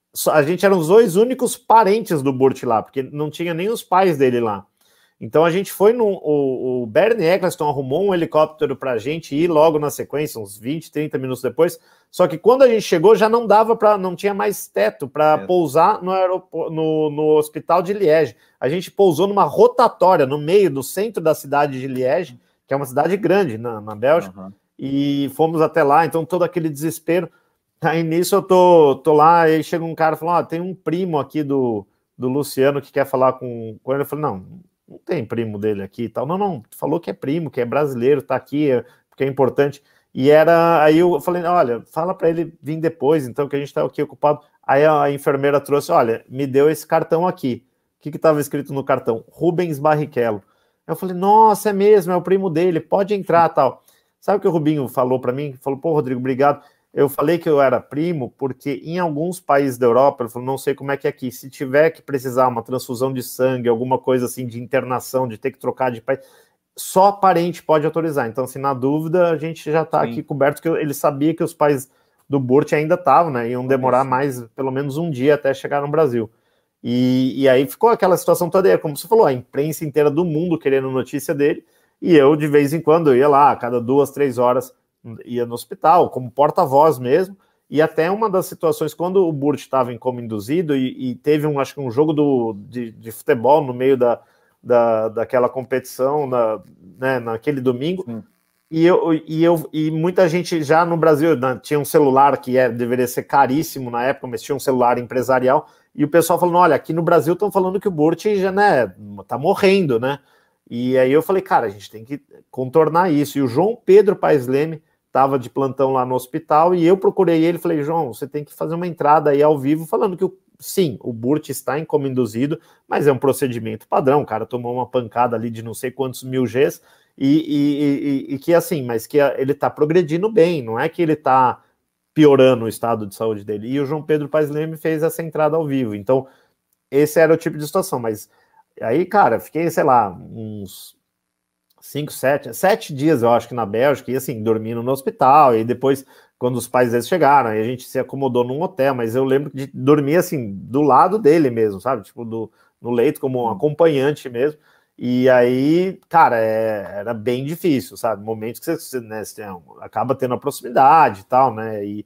a gente eram os dois únicos parentes do Burt lá, porque não tinha nem os pais dele lá. Então a gente foi no. O, o Bernie Eccleston arrumou um helicóptero para a gente ir logo na sequência, uns vinte, trinta minutos depois. Só que quando a gente chegou, já não dava para. Não tinha mais teto para é. pousar no, no, no hospital de Liege. A gente pousou numa rotatória no meio do centro da cidade de Liege, que é uma cidade grande na, na Bélgica, uhum. e fomos até lá, então todo aquele desespero. Aí nisso eu tô, tô lá, aí chega um cara e fala, ah, tem um primo aqui do, do Luciano que quer falar com, com ele. Eu falei, não, não tem primo dele aqui e tal. Não, não, falou que é primo, que é brasileiro, tá aqui, é, porque é importante. E era, aí eu falei, olha, fala para ele vir depois, então, que a gente tá aqui ocupado. Aí a enfermeira trouxe, olha, me deu esse cartão aqui. O que que estava escrito no cartão? Rubens Barrichello. Eu falei, nossa, é mesmo, é o primo dele, pode entrar, tal. Sabe o que o Rubinho falou para mim? Falou, pô, Rodrigo, obrigado. Eu falei que eu era primo porque em alguns países da Europa, ele falou, não sei como é que é aqui, se tiver que precisar uma transfusão de sangue, alguma coisa assim de internação, de ter que trocar de país, só parente pode autorizar. Então, assim, na dúvida, a gente já está aqui coberto, que ele sabia que os pais do Burt ainda estavam, né, iam demorar mais, pelo menos um dia até chegar no Brasil. E, e aí ficou aquela situação toda, como você falou, a imprensa inteira do mundo querendo notícia dele, e eu, de vez em quando, eu ia lá, a cada duas, três horas, ia no hospital, como porta-voz mesmo, e até uma das situações, quando o Burt estava em coma induzido, e, e teve, um, acho que um jogo do, de, de futebol no meio da, da, daquela competição, na, né, naquele domingo, Sim. E, eu, e, eu, e muita gente já no Brasil, né, tinha um celular que é, deveria ser caríssimo na época, mas tinha um celular empresarial, e o pessoal falando, olha, aqui no Brasil estão falando que o Burt já, né, tá morrendo, né? E aí eu falei, cara, a gente tem que contornar isso. E o João Pedro Paes Leme estava de plantão lá no hospital, e eu procurei ele, falei, João, você tem que fazer uma entrada aí ao vivo, falando que, sim, o Burt está em coma induzido, mas é um procedimento padrão, o cara tomou uma pancada ali de não sei quantos mil Gs, e, e, e, e que assim, mas que ele está progredindo bem, não é que ele está piorando o estado de saúde dele. E o João Pedro Paes Leme fez essa entrada ao vivo, então esse era o tipo de situação, mas aí, cara, fiquei, sei lá, uns cinco, sete, sete dias, eu acho que na Bélgica, e assim, dormindo no hospital, e depois, quando os pais deles chegaram, aí a gente se acomodou num hotel, mas eu lembro de dormir, assim, do lado dele mesmo, sabe, tipo, do, no leito, como um acompanhante mesmo, e aí, cara, é, era bem difícil, sabe, momentos que você, né, você tem, acaba tendo a proximidade e tal, né, e,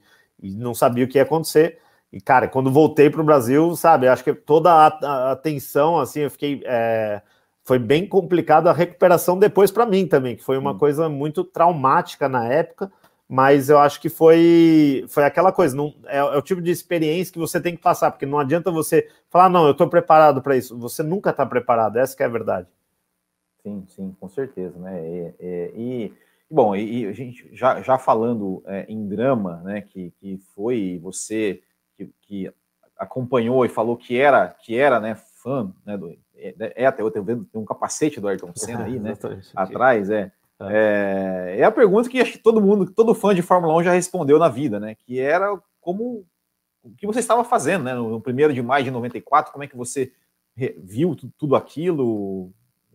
e não sabia o que ia acontecer. E, cara, quando voltei para o Brasil, sabe, acho que toda a, a, a tensão, assim, eu fiquei... É, foi bem complicado a recuperação depois para mim também, que foi uma hum. coisa muito traumática na época, mas eu acho que foi, foi aquela coisa, não, é, é o tipo de experiência que você tem que passar, porque não adianta você falar, não, eu estou preparado para isso. Você nunca está preparado, essa que é a verdade. Sim, sim, com certeza, né? É, é, e, bom, e, e a gente já, já falando é, em drama, né, que, que foi você que, que acompanhou e falou que era, que era né, fã, né, do, é, é até eu tenho vendo tem um capacete do Ayrton Senna aí, né, atrás, é, é. É a pergunta que acho que todo mundo, todo fã de Fórmula um já respondeu na vida, né, que era como, o que você estava fazendo, né, no primeiro de maio de noventa e quatro, como é que você viu tudo aquilo,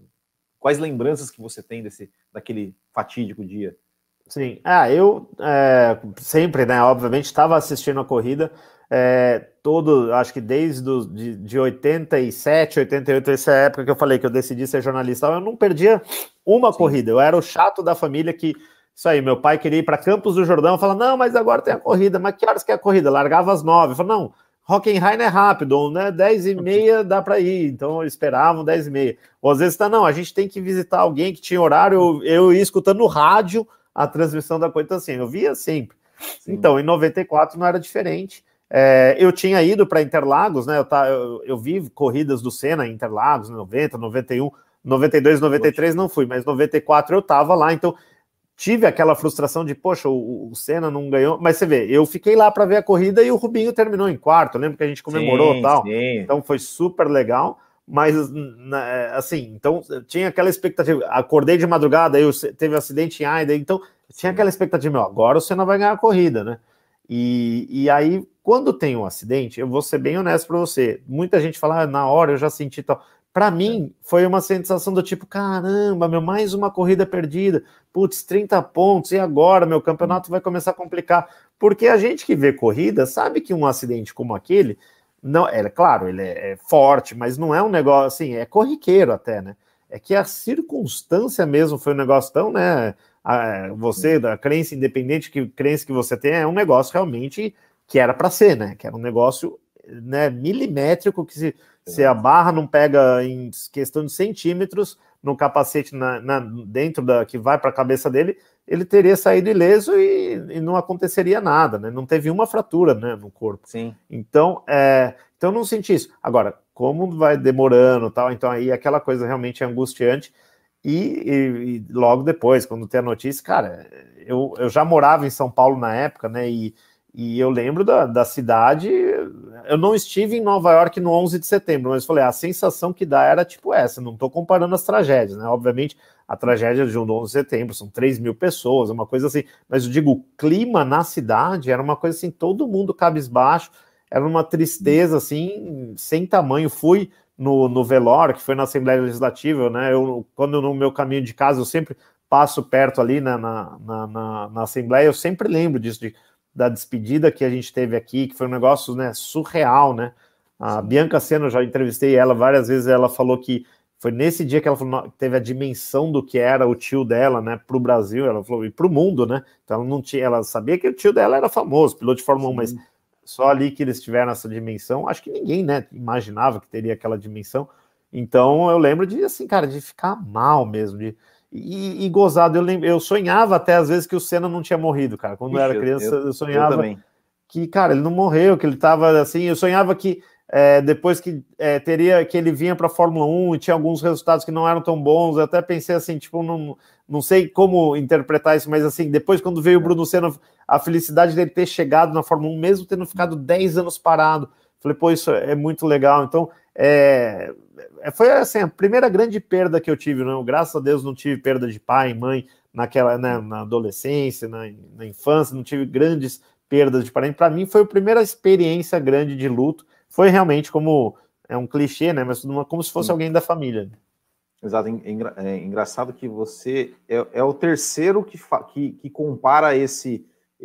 quais lembranças que você tem desse, daquele fatídico dia? Sim, ah, eu é, sempre, né, obviamente, estava assistindo a corrida, é, todo, acho que desde do, de, de oitenta e sete, oitenta e oito, essa época que eu falei que eu decidi ser jornalista, eu não perdia uma Sim. corrida, eu era o chato da família que, isso aí, meu pai queria ir para Campos do Jordão, eu falava, não, mas agora tem a corrida, mas que horas que é a corrida? Largava às nove, eu falava, não, Hockenheim é rápido, né, dez e meia dá para ir, então esperavam dez e meia, ou às vezes tá, não, a gente tem que visitar alguém que tinha horário, eu, eu ia escutando no rádio a transmissão da coisa, então, assim, eu via sempre. Sim. Então, em noventa e quatro não era diferente. É, eu tinha ido para Interlagos, né? Eu, tá, eu, eu vi corridas do Senna em Interlagos, noventa, noventa e um, noventa e dois, noventa e três não fui, mas noventa e quatro eu estava lá, então tive aquela frustração de, poxa, o, o Senna não ganhou, mas você vê, eu fiquei lá para ver a corrida e o Rubinho terminou em quarto, eu lembro que a gente comemorou e tal, sim. Então foi super legal. Mas, assim, então tinha aquela expectativa. Acordei de madrugada, aí teve um acidente em Aida, então tinha aquela expectativa, meu, agora o Senna vai ganhar a corrida, né? E, e aí, quando tem um acidente, eu vou ser bem honesto para você, muita gente fala, ah, na hora eu já senti tal. Para mim, foi uma sensação do tipo, caramba, meu, mais uma corrida perdida, putz, trinta pontos, e agora meu campeonato vai começar a complicar. Porque a gente que vê corrida sabe que um acidente como aquele. Não, é claro, ele é, é forte, mas não é um negócio assim, é corriqueiro até, né? É que a circunstância mesmo foi um negócio tão, né? A, você, da crença independente, que crença que você tem, é um negócio realmente que era para ser, né? Que era um negócio, né, milimétrico, que se, se a barra não pega em questão de centímetros no capacete na, na, dentro da que vai para a cabeça dele, ele teria saído ileso e, e não aconteceria nada, né? Não teve uma fratura, né, no corpo. Sim. Então, é, então não senti isso. Agora, como vai demorando, tal, então aí aquela coisa realmente é angustiante. E, e, e logo depois, quando tem a notícia, cara, eu, eu já morava em São Paulo na época, né? E, e eu lembro da, da cidade. Eu não estive em Nova York no onze de setembro, mas falei, a sensação que dá era tipo essa. Não estou comparando as tragédias, né? Obviamente, a tragédia de um onze de setembro são três mil pessoas, uma coisa assim. Mas eu digo, o clima na cidade era uma coisa assim, todo mundo cabisbaixo, era uma tristeza assim, sem tamanho. Fui no, no velório, que foi na Assembleia Legislativa, né? Eu, quando no meu caminho de casa, eu sempre passo perto ali na, na, na, na, na Assembleia, eu sempre lembro disso, de, da despedida que a gente teve aqui, que foi um negócio, né, surreal, né? A Sim. Bianca Senna, eu já entrevistei ela várias vezes, ela falou que foi nesse dia que ela falou, teve a dimensão do que era o tio dela, né, para o Brasil, ela falou, e para o mundo, né? Então ela não tinha, ela sabia que o tio dela era famoso, piloto de Fórmula Sim. um, mas só ali que eles tiveram essa dimensão, acho que ninguém, né, imaginava que teria aquela dimensão. Então eu lembro de, assim, cara, de ficar mal mesmo, de, e, e gozado. Eu, lembro, eu sonhava até às vezes que o Senna não tinha morrido, cara. Quando Ixi, eu era criança, eu, eu sonhava eu que, cara, ele não morreu, que ele tava assim. Eu sonhava que é, depois que é, teria, que ele vinha para a Fórmula um e tinha alguns resultados que não eram tão bons. Eu até pensei assim, tipo, não, não sei como interpretar isso, mas assim, depois quando veio o Bruno Senna, a felicidade dele ter chegado na Fórmula um, mesmo tendo ficado dez anos parado, falei, pô, isso é muito legal. Então, é, foi assim, a primeira grande perda que eu tive, né? Graças a Deus não tive perda de pai, mãe, naquela, né, na adolescência, na, na infância, não tive grandes perdas de parente. Para mim foi a primeira experiência grande de luto, foi realmente como, é um clichê, né, mas como se fosse Sim. alguém da família. Exato, é, engra, é engraçado que você é, é o terceiro que, fa, que, que compara esse,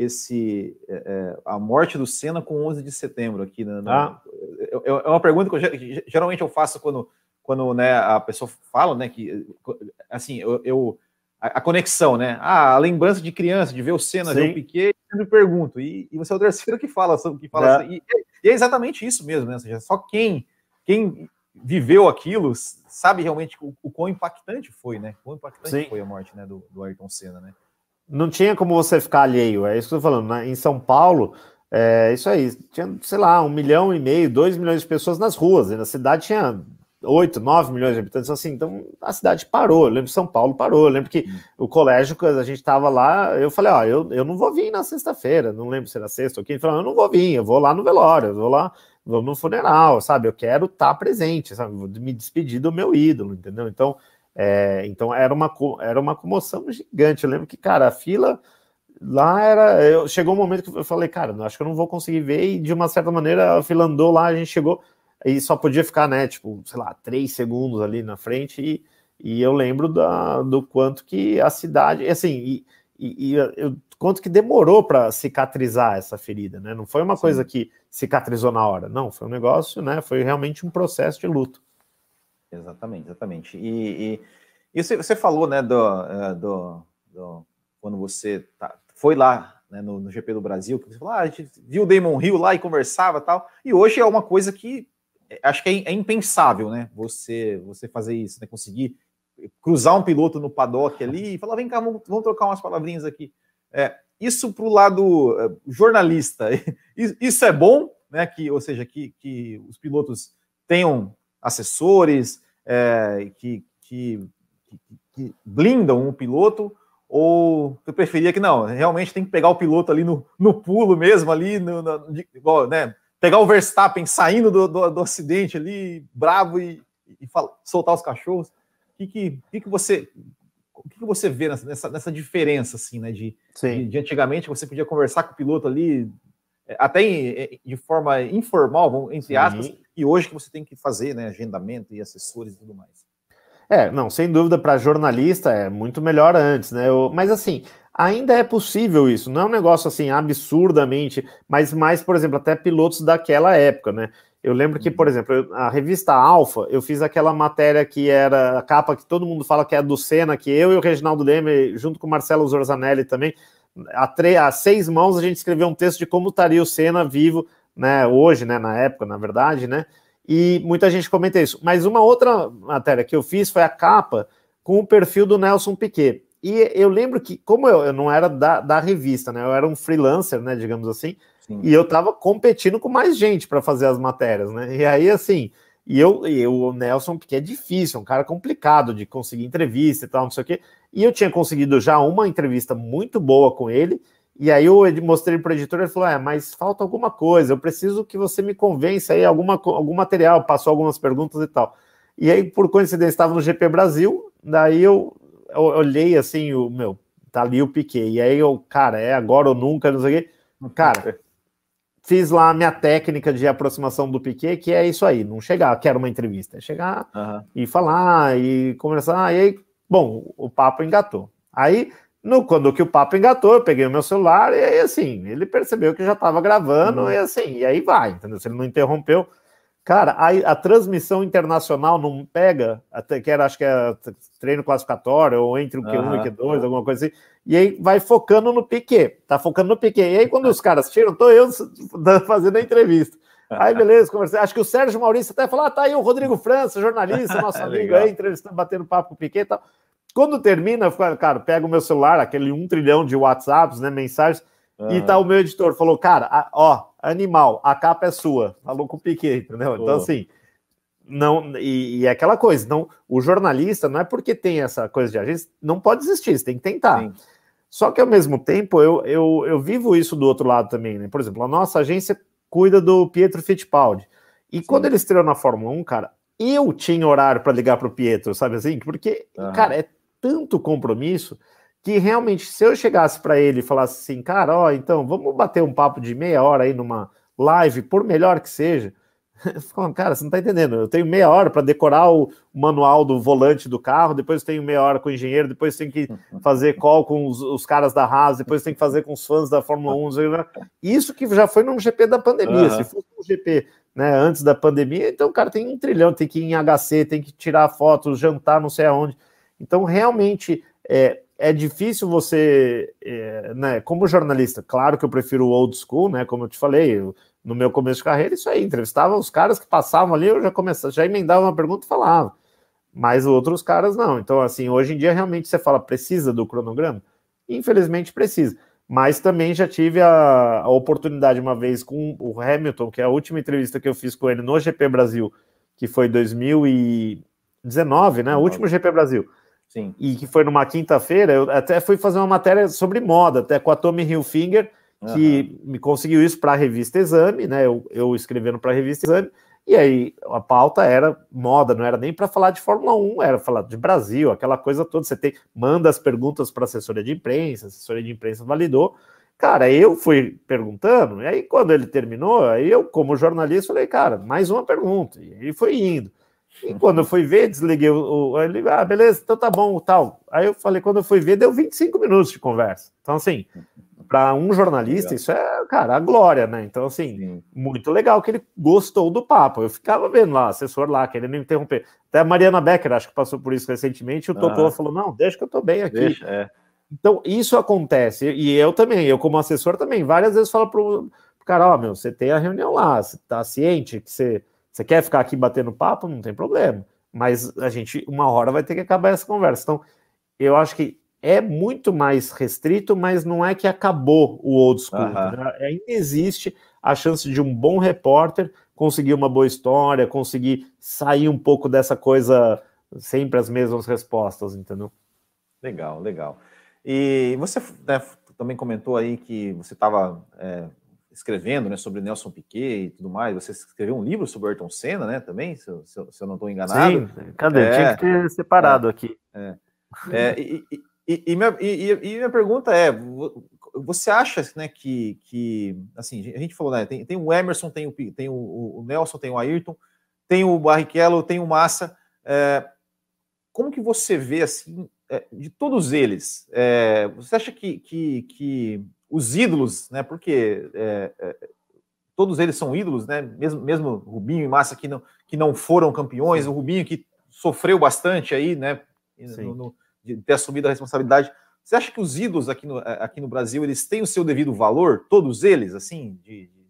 esse é, a morte do Senna com onze de setembro aqui. Na, na, ah. é, é uma pergunta que eu, geralmente eu faço quando, quando né, a pessoa fala, né, que assim, eu, eu a, a conexão, né, ah, a lembrança de criança, de ver o Senna, Sim. ver o Piquet, sempre pergunto, e, e você é o terceiro que fala, que fala é. Assim, e, e é exatamente isso mesmo, né? Ou seja, só quem, quem viveu aquilo sabe realmente o, o quão impactante foi, né? Quão impactante Sim. foi a morte, né, do, do Ayrton Senna, né? Não tinha como você ficar alheio, é isso que eu tô falando, né? Em São Paulo, é isso aí, tinha, sei lá, um milhão e meio, dois milhões de pessoas nas ruas, e na cidade tinha oito, nove milhões de habitantes, assim, então a cidade parou, eu lembro que São Paulo parou, eu lembro que o colégio, quando a gente estava lá, eu falei, ó, eu, eu não vou vir na sexta-feira, não lembro se era sexta ou quinta, falou, eu não vou vir, eu vou lá no velório, eu vou lá, vou no funeral, sabe, eu quero estar presente, sabe, vou me despedir do meu ídolo, entendeu? Então, é, então era, uma, era uma comoção gigante, eu lembro que, cara, a fila lá era, eu, chegou um momento que eu falei, cara, acho que eu não vou conseguir ver, e de uma certa maneira a fila andou lá, a gente chegou, e só podia ficar, né, tipo, sei lá, três segundos ali na frente, e, e eu lembro da, do quanto que a cidade, assim, e, e, e eu, quanto que demorou para cicatrizar essa ferida, né, não foi uma Sim. coisa que cicatrizou na hora, não, foi um negócio, né, foi realmente um processo de luto. Exatamente, exatamente, e, e, e você, você falou, né, do, do, do quando você tá, foi lá, né, no, no G P do Brasil, que você falou, ah, a gente viu o Damon Hill lá e conversava e tal, e hoje é uma coisa que acho que é, é impensável, né? Você, você fazer isso, né? Conseguir cruzar um piloto no paddock ali e falar, vem cá, vamos, vamos trocar umas palavrinhas aqui. É, isso para o lado uh, jornalista, isso é bom, né? Que, ou seja, que, que os pilotos tenham assessores, é, que, que, que blindam o piloto, ou eu preferia que não, realmente tem que pegar o piloto ali no, no pulo mesmo, ali, no, no, de, igual, né? Pegar o Verstappen saindo do, do, do acidente ali, bravo, e, e fala, soltar os cachorros. O que, que, que, que você o que, que você vê nessa, nessa diferença, assim, né? De, de, de antigamente você podia conversar com o piloto ali, até em, de forma informal, entre aspas, Sim. e hoje que você tem que fazer, né? Agendamento e assessores e tudo mais. É, não, sem dúvida, para jornalista é muito melhor antes, né? Eu, mas assim, ainda é possível isso, não é um negócio assim absurdamente, mas mais, por exemplo, até pilotos daquela época, né? Eu lembro que, por exemplo, a revista Alpha, eu fiz aquela matéria que era a capa que todo mundo fala que é do Senna, que eu e o Reginaldo Leme, junto com o Marcelo Zorzanelli também, a, tre- a seis mãos a gente escreveu um texto de como estaria o Senna vivo, né? Hoje, né? Na época, na verdade, né? E muita gente comenta isso. Mas uma outra matéria que eu fiz foi a capa com o perfil do Nelson Piquet. E eu lembro que, como eu, eu não era da, da revista, né? Eu era um freelancer, né? Digamos assim. Sim. E eu estava competindo com mais gente para fazer as matérias, né? E aí, assim, e eu, e o Nelson Piquet é difícil, é um cara complicado de conseguir entrevista e tal, não sei o quê. E eu tinha conseguido já uma entrevista muito boa com ele. E aí eu mostrei para o editor, ele falou, é, mas falta alguma coisa, eu preciso que você me convença aí, alguma, algum material, passou algumas perguntas e tal. E aí, por coincidência, estava no G P Brasil, daí eu, eu olhei assim, o meu, tá ali o Piquet, e aí eu, cara, é agora ou nunca, não sei o quê. Cara, fiz lá a minha técnica de aproximação do Piquet, que é isso aí, não chegar, quero uma entrevista, é chegar uhum. e falar, e conversar, e aí, bom, o papo engatou. Aí... No, quando que o papo engatou, eu peguei o meu celular e aí, assim, ele percebeu que já estava gravando uhum. e assim, e aí vai, entendeu? Se ele não interrompeu. Cara, a, a transmissão internacional não pega, até que era, acho que era treino classificatório, ou entre o Q um uhum. e o Q dois, alguma coisa assim, e aí vai focando no Piquet, tá focando no Piquet. E aí, quando os caras tiram, tô eu fazendo a entrevista. Aí, beleza, conversei. Acho que o Sérgio Maurício até falou: ah, tá aí o Rodrigo França, jornalista, nosso é amigo legal. Aí, entrevistando, batendo papo com o Piquet e tal. Quando termina, eu falo, cara, pego o meu celular, aquele um trilhão de WhatsApps, né, mensagens, uhum. e tá o meu editor, falou, cara, a, ó, animal, a capa é sua. Falou com o Piquet, entendeu? Oh. Então, assim, não, e, e é aquela coisa, então, o jornalista, não é porque tem essa coisa de agência, não pode existir, você tem que tentar. Sim. Só que, ao mesmo tempo, eu, eu, eu vivo isso do outro lado também, né? Por exemplo, a nossa agência cuida do Pietro Fittipaldi. E Sim. quando ele estreou na Fórmula um, cara, eu tinha horário para ligar pro Pietro, sabe assim? Porque, uhum. cara, é tanto compromisso que realmente, se eu chegasse para ele e falasse assim, cara, ó, então, vamos bater um papo de meia hora aí numa live, por melhor que seja, falando, cara, você não tá entendendo, eu tenho meia hora para decorar o manual do volante do carro, depois tenho meia hora com o engenheiro, depois tenho que fazer call com os, os caras da Haas, depois tenho que fazer com os fãs da Fórmula um, isso que já foi num G P da pandemia, uhum. se fosse um G P, né, antes da pandemia, então o cara tem um trilhão, tem que ir em H C, tem que tirar fotos, jantar não sei aonde. Então, realmente, é, é difícil você, é, né, como jornalista, claro que eu prefiro o old school, né, como eu te falei, eu, no meu começo de carreira, isso aí, entrevistava os caras que passavam ali, eu já começava, já emendava uma pergunta e falava, mas outros caras não. Então, assim, hoje em dia, realmente, você fala, precisa do cronograma? Infelizmente, precisa. Mas também já tive a, a oportunidade uma vez com o Hamilton, que é a última entrevista que eu fiz com ele no G P Brasil, que foi dois mil e dezenove, né? O último G P Brasil. Sim. E que foi numa quinta-feira, eu até fui fazer uma matéria sobre moda, até com a Tommy Hilfiger, que uhum. me conseguiu isso para a revista Exame, né? Eu, eu escrevendo para a revista Exame, e aí a pauta era moda, não era nem para falar de Fórmula um, era falar de Brasil, aquela coisa toda. Você tem, manda as perguntas para a assessoria de imprensa, a assessoria de imprensa validou. Cara, eu fui perguntando, e aí quando ele terminou, aí eu, como jornalista, falei, cara, mais uma pergunta, e aí foi indo. E quando eu fui ver, desliguei o, o ele, ah, beleza, então tá bom, tal. Aí eu falei, quando eu fui ver, deu vinte e cinco minutos de conversa. Então, assim, para um jornalista, legal. Isso é, cara, a glória, né? Então, assim, sim. Muito legal que ele gostou do papo. Eu ficava vendo lá, assessor lá, querendo interromper. Até a Mariana Becker, acho que passou por isso recentemente, e o Totó ah. falou, não, deixa que eu tô bem aqui. Deixa, é. Então, isso acontece, e eu também, eu como assessor também, várias vezes falo pro, pro cara, ó, oh, meu, você tem a reunião lá, você tá ciente que você, você quer ficar aqui batendo papo, não tem problema, mas a gente, uma hora vai ter que acabar essa conversa. Então, eu acho que é muito mais restrito, mas não é que acabou o old school, uh-huh. Ainda existe a chance de um bom repórter conseguir uma boa história, conseguir sair um pouco dessa coisa, sempre as mesmas respostas, entendeu? Legal, legal. E você, né, também comentou aí que você estava é, escrevendo, né, sobre Nelson Piquet e tudo mais. Você escreveu um livro sobre o Ayrton Senna, né, também, se, se, se eu não estou enganado. Sim, cadê? É, tinha que ter separado é, aqui. É, é, e, e, e, e, minha, e, e minha pergunta é, você acha, né, que, que assim, a gente falou, né, tem, tem o Emerson, tem, o, tem o, o Nelson, tem o Ayrton, tem o Barrichello, tem o Massa. É, como que você vê, assim, de todos eles, é, você acha que, que, que os ídolos, né, porque é, é, todos eles são ídolos, né, mesmo, mesmo Rubinho e Massa que não, que não foram campeões, sim. O Rubinho que sofreu bastante aí, né, no, no, de ter assumido a responsabilidade, você acha que os ídolos aqui no, aqui no Brasil, eles têm o seu devido valor, todos eles, assim, de... de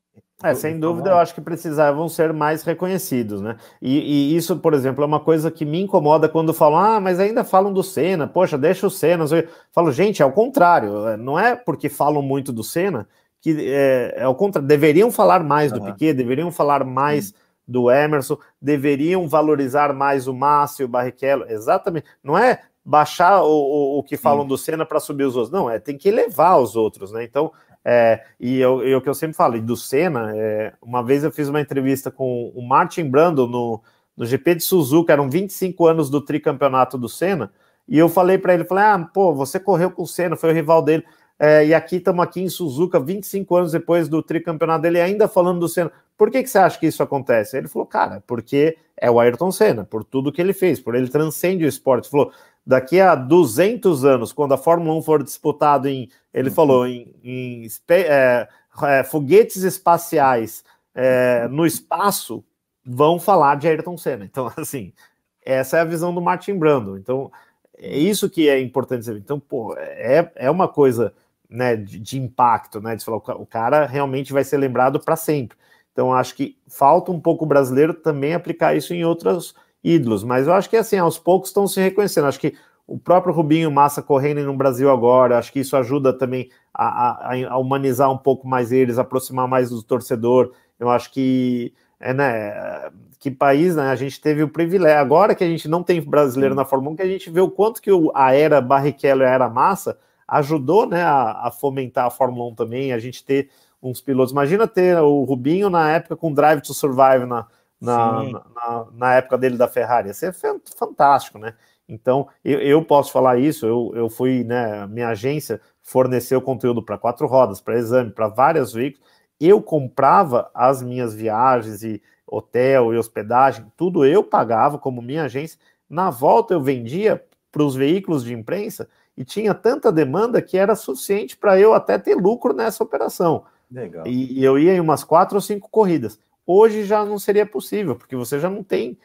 É, sem dúvida, eu acho que precisavam ser mais reconhecidos, né? E, e isso, por exemplo, é uma coisa que me incomoda quando falam, ah, mas ainda falam do Senna, poxa, deixa o Senna. Eu falo, gente, é o contrário, não é porque falam muito do Senna que é, é o contrário, deveriam falar mais do uhum. Piquet, deveriam falar mais Sim. do Emerson, deveriam valorizar mais o Massa e o Barrichello, exatamente, não é baixar o, o, o que Sim. falam do Senna para subir os outros, não, é tem que elevar os outros, né? Então, É, e o que eu sempre falo, e do Senna, é, uma vez eu fiz uma entrevista com o Martin Brundle no, no G P de Suzuka, eram vinte e cinco anos do tricampeonato do Senna, e eu falei para ele, falei, ah, pô, você correu com o Senna, foi o rival dele, é, e aqui estamos aqui em Suzuka, vinte e cinco anos depois do tricampeonato dele, ainda falando do Senna, por que, que você acha que isso acontece? Ele falou, cara, porque é o Ayrton Senna, por tudo que ele fez, por ele transcende o esporte. Ele falou, daqui a duzentos anos, quando a Fórmula um for disputado em, ele uhum. falou, em, em é, é, foguetes espaciais é, no espaço, vão falar de Ayrton Senna. Então, assim, essa é a visão do Martin Brundle. Então, é isso que é importante saber. Então, pô, é, é uma coisa, né, de, de impacto, né, de falar, o cara realmente vai ser lembrado para sempre. Então, acho que falta um pouco o brasileiro também aplicar isso em outros ídolos, mas eu acho que, assim, aos poucos estão se reconhecendo. Acho que o próprio Rubinho Massa correndo no Brasil agora, acho que isso ajuda também a, a, a humanizar um pouco mais eles, aproximar mais do torcedor. Eu acho que, é, né, que país, né, a gente teve o privilégio, agora que a gente não tem brasileiro Sim. na Fórmula um, que a gente vê o quanto que o, a era Barrichello e a era Massa ajudou, né, a, a fomentar a Fórmula um também, a gente ter uns pilotos. Imagina ter o Rubinho na época com Drive to Survive na, na, na, na época dele da Ferrari. Ia ser fantástico, né? Então, eu, eu posso falar isso, eu, eu fui, né, minha agência forneceu conteúdo para quatro rodas, para exame, para vários veículos. Eu comprava as minhas viagens e hotel e hospedagem, tudo eu pagava como minha agência. Na volta eu vendia para os veículos de imprensa e tinha tanta demanda que era suficiente para eu até ter lucro nessa operação. Legal. E, e eu ia em umas quatro ou cinco corridas. Hoje já não seria possível, porque você já não tem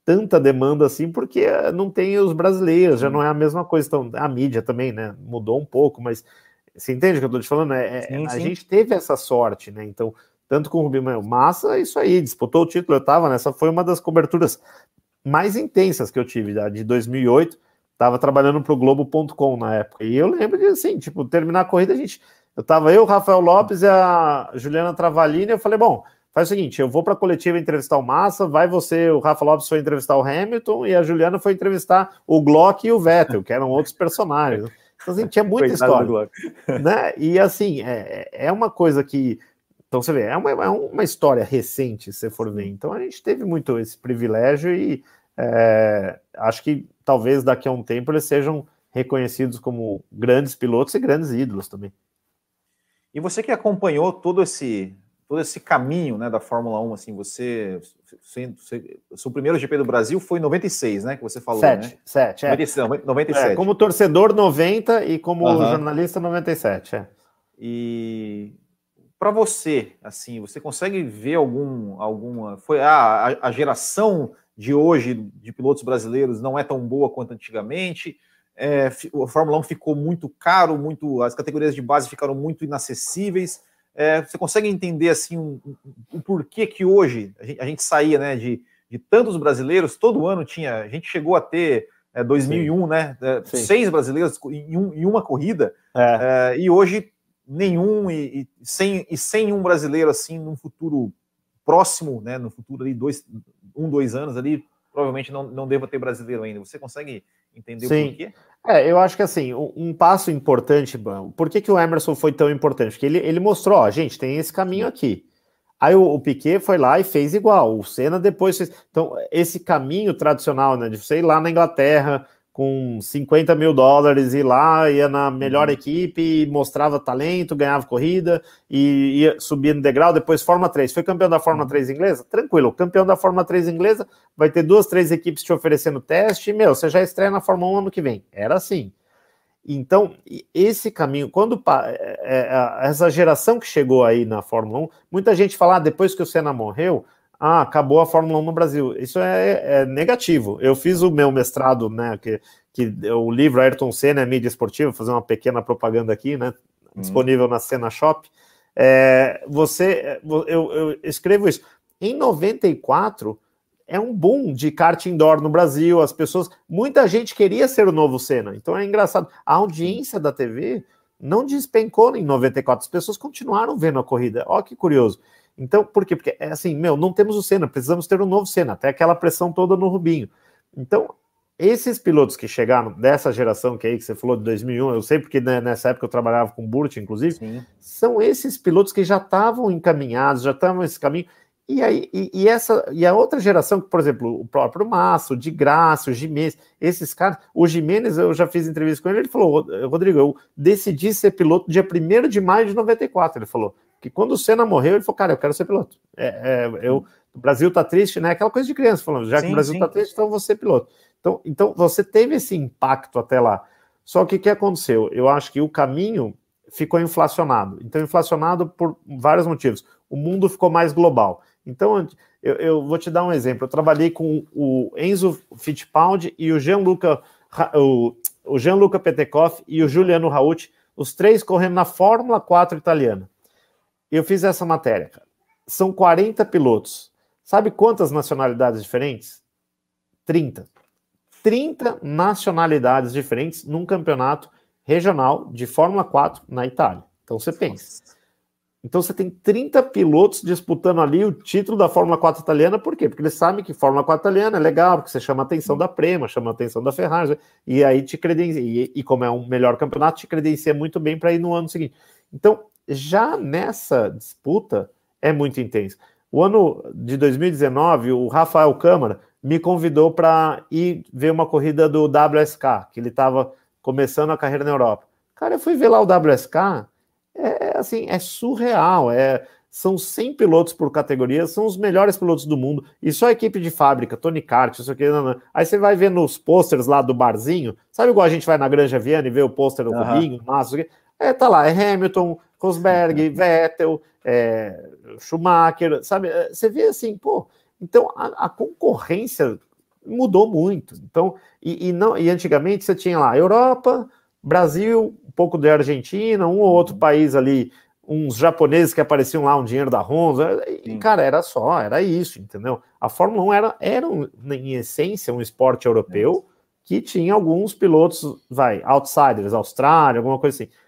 tanta demanda assim, porque não tem os brasileiros, já não é a mesma coisa. Então, a mídia também, né, mudou um pouco, mas você entende o que eu tô te falando? É, sim, a sim. gente teve essa sorte, né? Então, tanto com o Rubinho, Massa, é isso aí, disputou o título, eu tava nessa, foi uma das coberturas mais intensas que eu tive, de dois mil e oito, tava trabalhando pro Globo ponto com na época, e eu lembro de, assim, tipo, terminar a corrida, a gente, eu tava eu, o Rafael Lopes e a Juliana Travalini, eu falei, bom, faz o seguinte, eu vou pra coletiva entrevistar o Massa, vai você, o Rafa Lopes foi entrevistar o Hamilton, e a Juliana foi entrevistar o Glock e o Vettel, que eram outros personagens. Então, assim, tinha muita história, né? E, assim, é, é uma coisa que, então, você vê, é uma, é uma história recente, se você for ver. Então, a gente teve muito esse privilégio e é, acho que talvez daqui a um tempo eles sejam reconhecidos como grandes pilotos e grandes ídolos também. E você que acompanhou todo esse, todo esse caminho, né, da Fórmula um, assim, você, você, você seu primeiro G P do Brasil foi em noventa e seis, né, que você falou, sete, né? sete, é. noventa e seis, noventa e sete. É, como torcedor, noventa, e como uh-huh. jornalista, noventa e sete, é. E para você, assim, você consegue ver algum, alguma... Foi ah, a, a geração de hoje de pilotos brasileiros não é tão boa quanto antigamente, é, a Fórmula um ficou muito caro, muito, as categorias de base ficaram muito inacessíveis. É, você consegue entender assim o um, um, um porquê que hoje a gente, a gente saía, né, de, de tantos brasileiros, todo ano tinha, a gente chegou a ter é, dois mil e um, Sim. né, é, seis brasileiros em, um, em uma corrida, é. É, e hoje nenhum, e, e, sem, e sem um brasileiro assim num futuro próximo, né, no futuro ali, dois, um, dois anos ali, provavelmente não, não deva ter brasileiro ainda. Você consegue entender Sim. o porquê? É, eu acho que assim, um, um passo importante, por que, que o Emerson foi tão importante? Porque ele, ele mostrou, ó, gente, tem esse caminho aqui. Aí o, o Piquet foi lá e fez igual, o Senna depois fez. Então, esse caminho tradicional, né, de você ir lá na Inglaterra com cinquenta mil dólares, ir lá, ia na melhor uhum. equipe, mostrava talento, ganhava corrida, e ia subindo degrau, depois Fórmula três. Foi campeão da Fórmula uhum. três inglesa? Tranquilo, campeão da Fórmula três inglesa, vai ter duas, três equipes te oferecendo teste, e, meu, você já estreia na Fórmula um ano que vem. Era assim. Então, esse caminho, quando é, é, essa geração que chegou aí na Fórmula um, muita gente fala, ah, depois que o Senna morreu, ah, acabou a Fórmula um no Brasil. Isso é, é negativo. Eu fiz o meu mestrado, né, que, que o livro Ayrton Senna, Mídia Esportiva, vou fazer uma pequena propaganda aqui, né, hum. disponível na Senna Shop. É, você, eu, eu escrevo isso. Em noventa e quatro, é um boom de kart indoor no Brasil, as pessoas, muita gente queria ser o novo Senna, então é engraçado. A audiência da T V não despencou em noventa e quatro, as pessoas continuaram vendo a corrida. Ó, que curioso. Então, por quê? Porque, é assim, meu, não temos o Senna, precisamos ter um novo Senna, até aquela pressão toda no Rubinho. Então, esses pilotos que chegaram dessa geração que aí que você falou de dois mil e um, eu sei porque né, nessa época eu trabalhava com o Burt, inclusive, Sim. são esses pilotos que já estavam encaminhados, já estavam nesse caminho, e, aí, e, e, essa, e a outra geração, por exemplo, o próprio Massa, o de Graça, o Gimenez, esses caras, o Gimenez, eu já fiz entrevista com ele, ele falou, Rodrigo, eu decidi ser piloto dia primeiro de maio de noventa e quatro, ele falou, que quando o Senna morreu, ele falou, cara, eu quero ser piloto. É, é, eu, o Brasil tá triste, né? Aquela coisa de criança, falando, já sim, que o Brasil sim. tá triste, então eu vou ser piloto. Então, então, você teve esse impacto até lá. Só que o que aconteceu? Eu acho que o caminho ficou inflacionado. Então, inflacionado por vários motivos. O mundo ficou mais global. Então, eu, eu vou te dar um exemplo. Eu trabalhei com o Enzo Fittipaldi e o Gianluca, o, o Gianluca Petekoff e o Giuliano Rauti, os três correndo na Fórmula quatro italiana. Eu fiz essa matéria, cara. São quarenta pilotos. Sabe quantas nacionalidades diferentes? trinta. trinta nacionalidades diferentes num campeonato regional de Fórmula quatro na Itália. Então você pensa. Então você tem trinta pilotos disputando ali o título da Fórmula quatro italiana. Por quê? Porque eles sabem que Fórmula quatro italiana é legal, porque você chama a atenção da Prema, chama a atenção da Ferrari, e aí te credencia. E, e como é um melhor campeonato, te credencia muito bem para ir no ano seguinte. Então, já nessa disputa é muito intenso. O ano de dois mil e dezenove, o Rafael Câmara me convidou para ir ver uma corrida do W S K, que ele estava começando a carreira na Europa. Cara, eu fui ver lá o W S K, é assim, é surreal, é, são cem pilotos por categoria, são os melhores pilotos do mundo, e só a equipe de fábrica, Tony Kart, isso aqui, não, não. Aí você vai ver nos posters lá do barzinho, sabe igual a gente vai na Granja Viana e vê o pôster do uhum. Rubinho, Massa, isso aqui? É, tá lá, é Hamilton, Rosberg, Vettel, é, Schumacher, sabe? Você vê assim, pô, então a, a concorrência mudou muito. Então, e, e, não, e antigamente você tinha lá Europa, Brasil, um pouco da Argentina, um ou outro país ali, uns japoneses que apareciam lá, um dinheiro da Honda, e, cara, era só, era isso, entendeu? A Fórmula um era, era um, em essência, um esporte europeu que tinha alguns pilotos, vai, outsiders, Austrália, alguma coisa assim.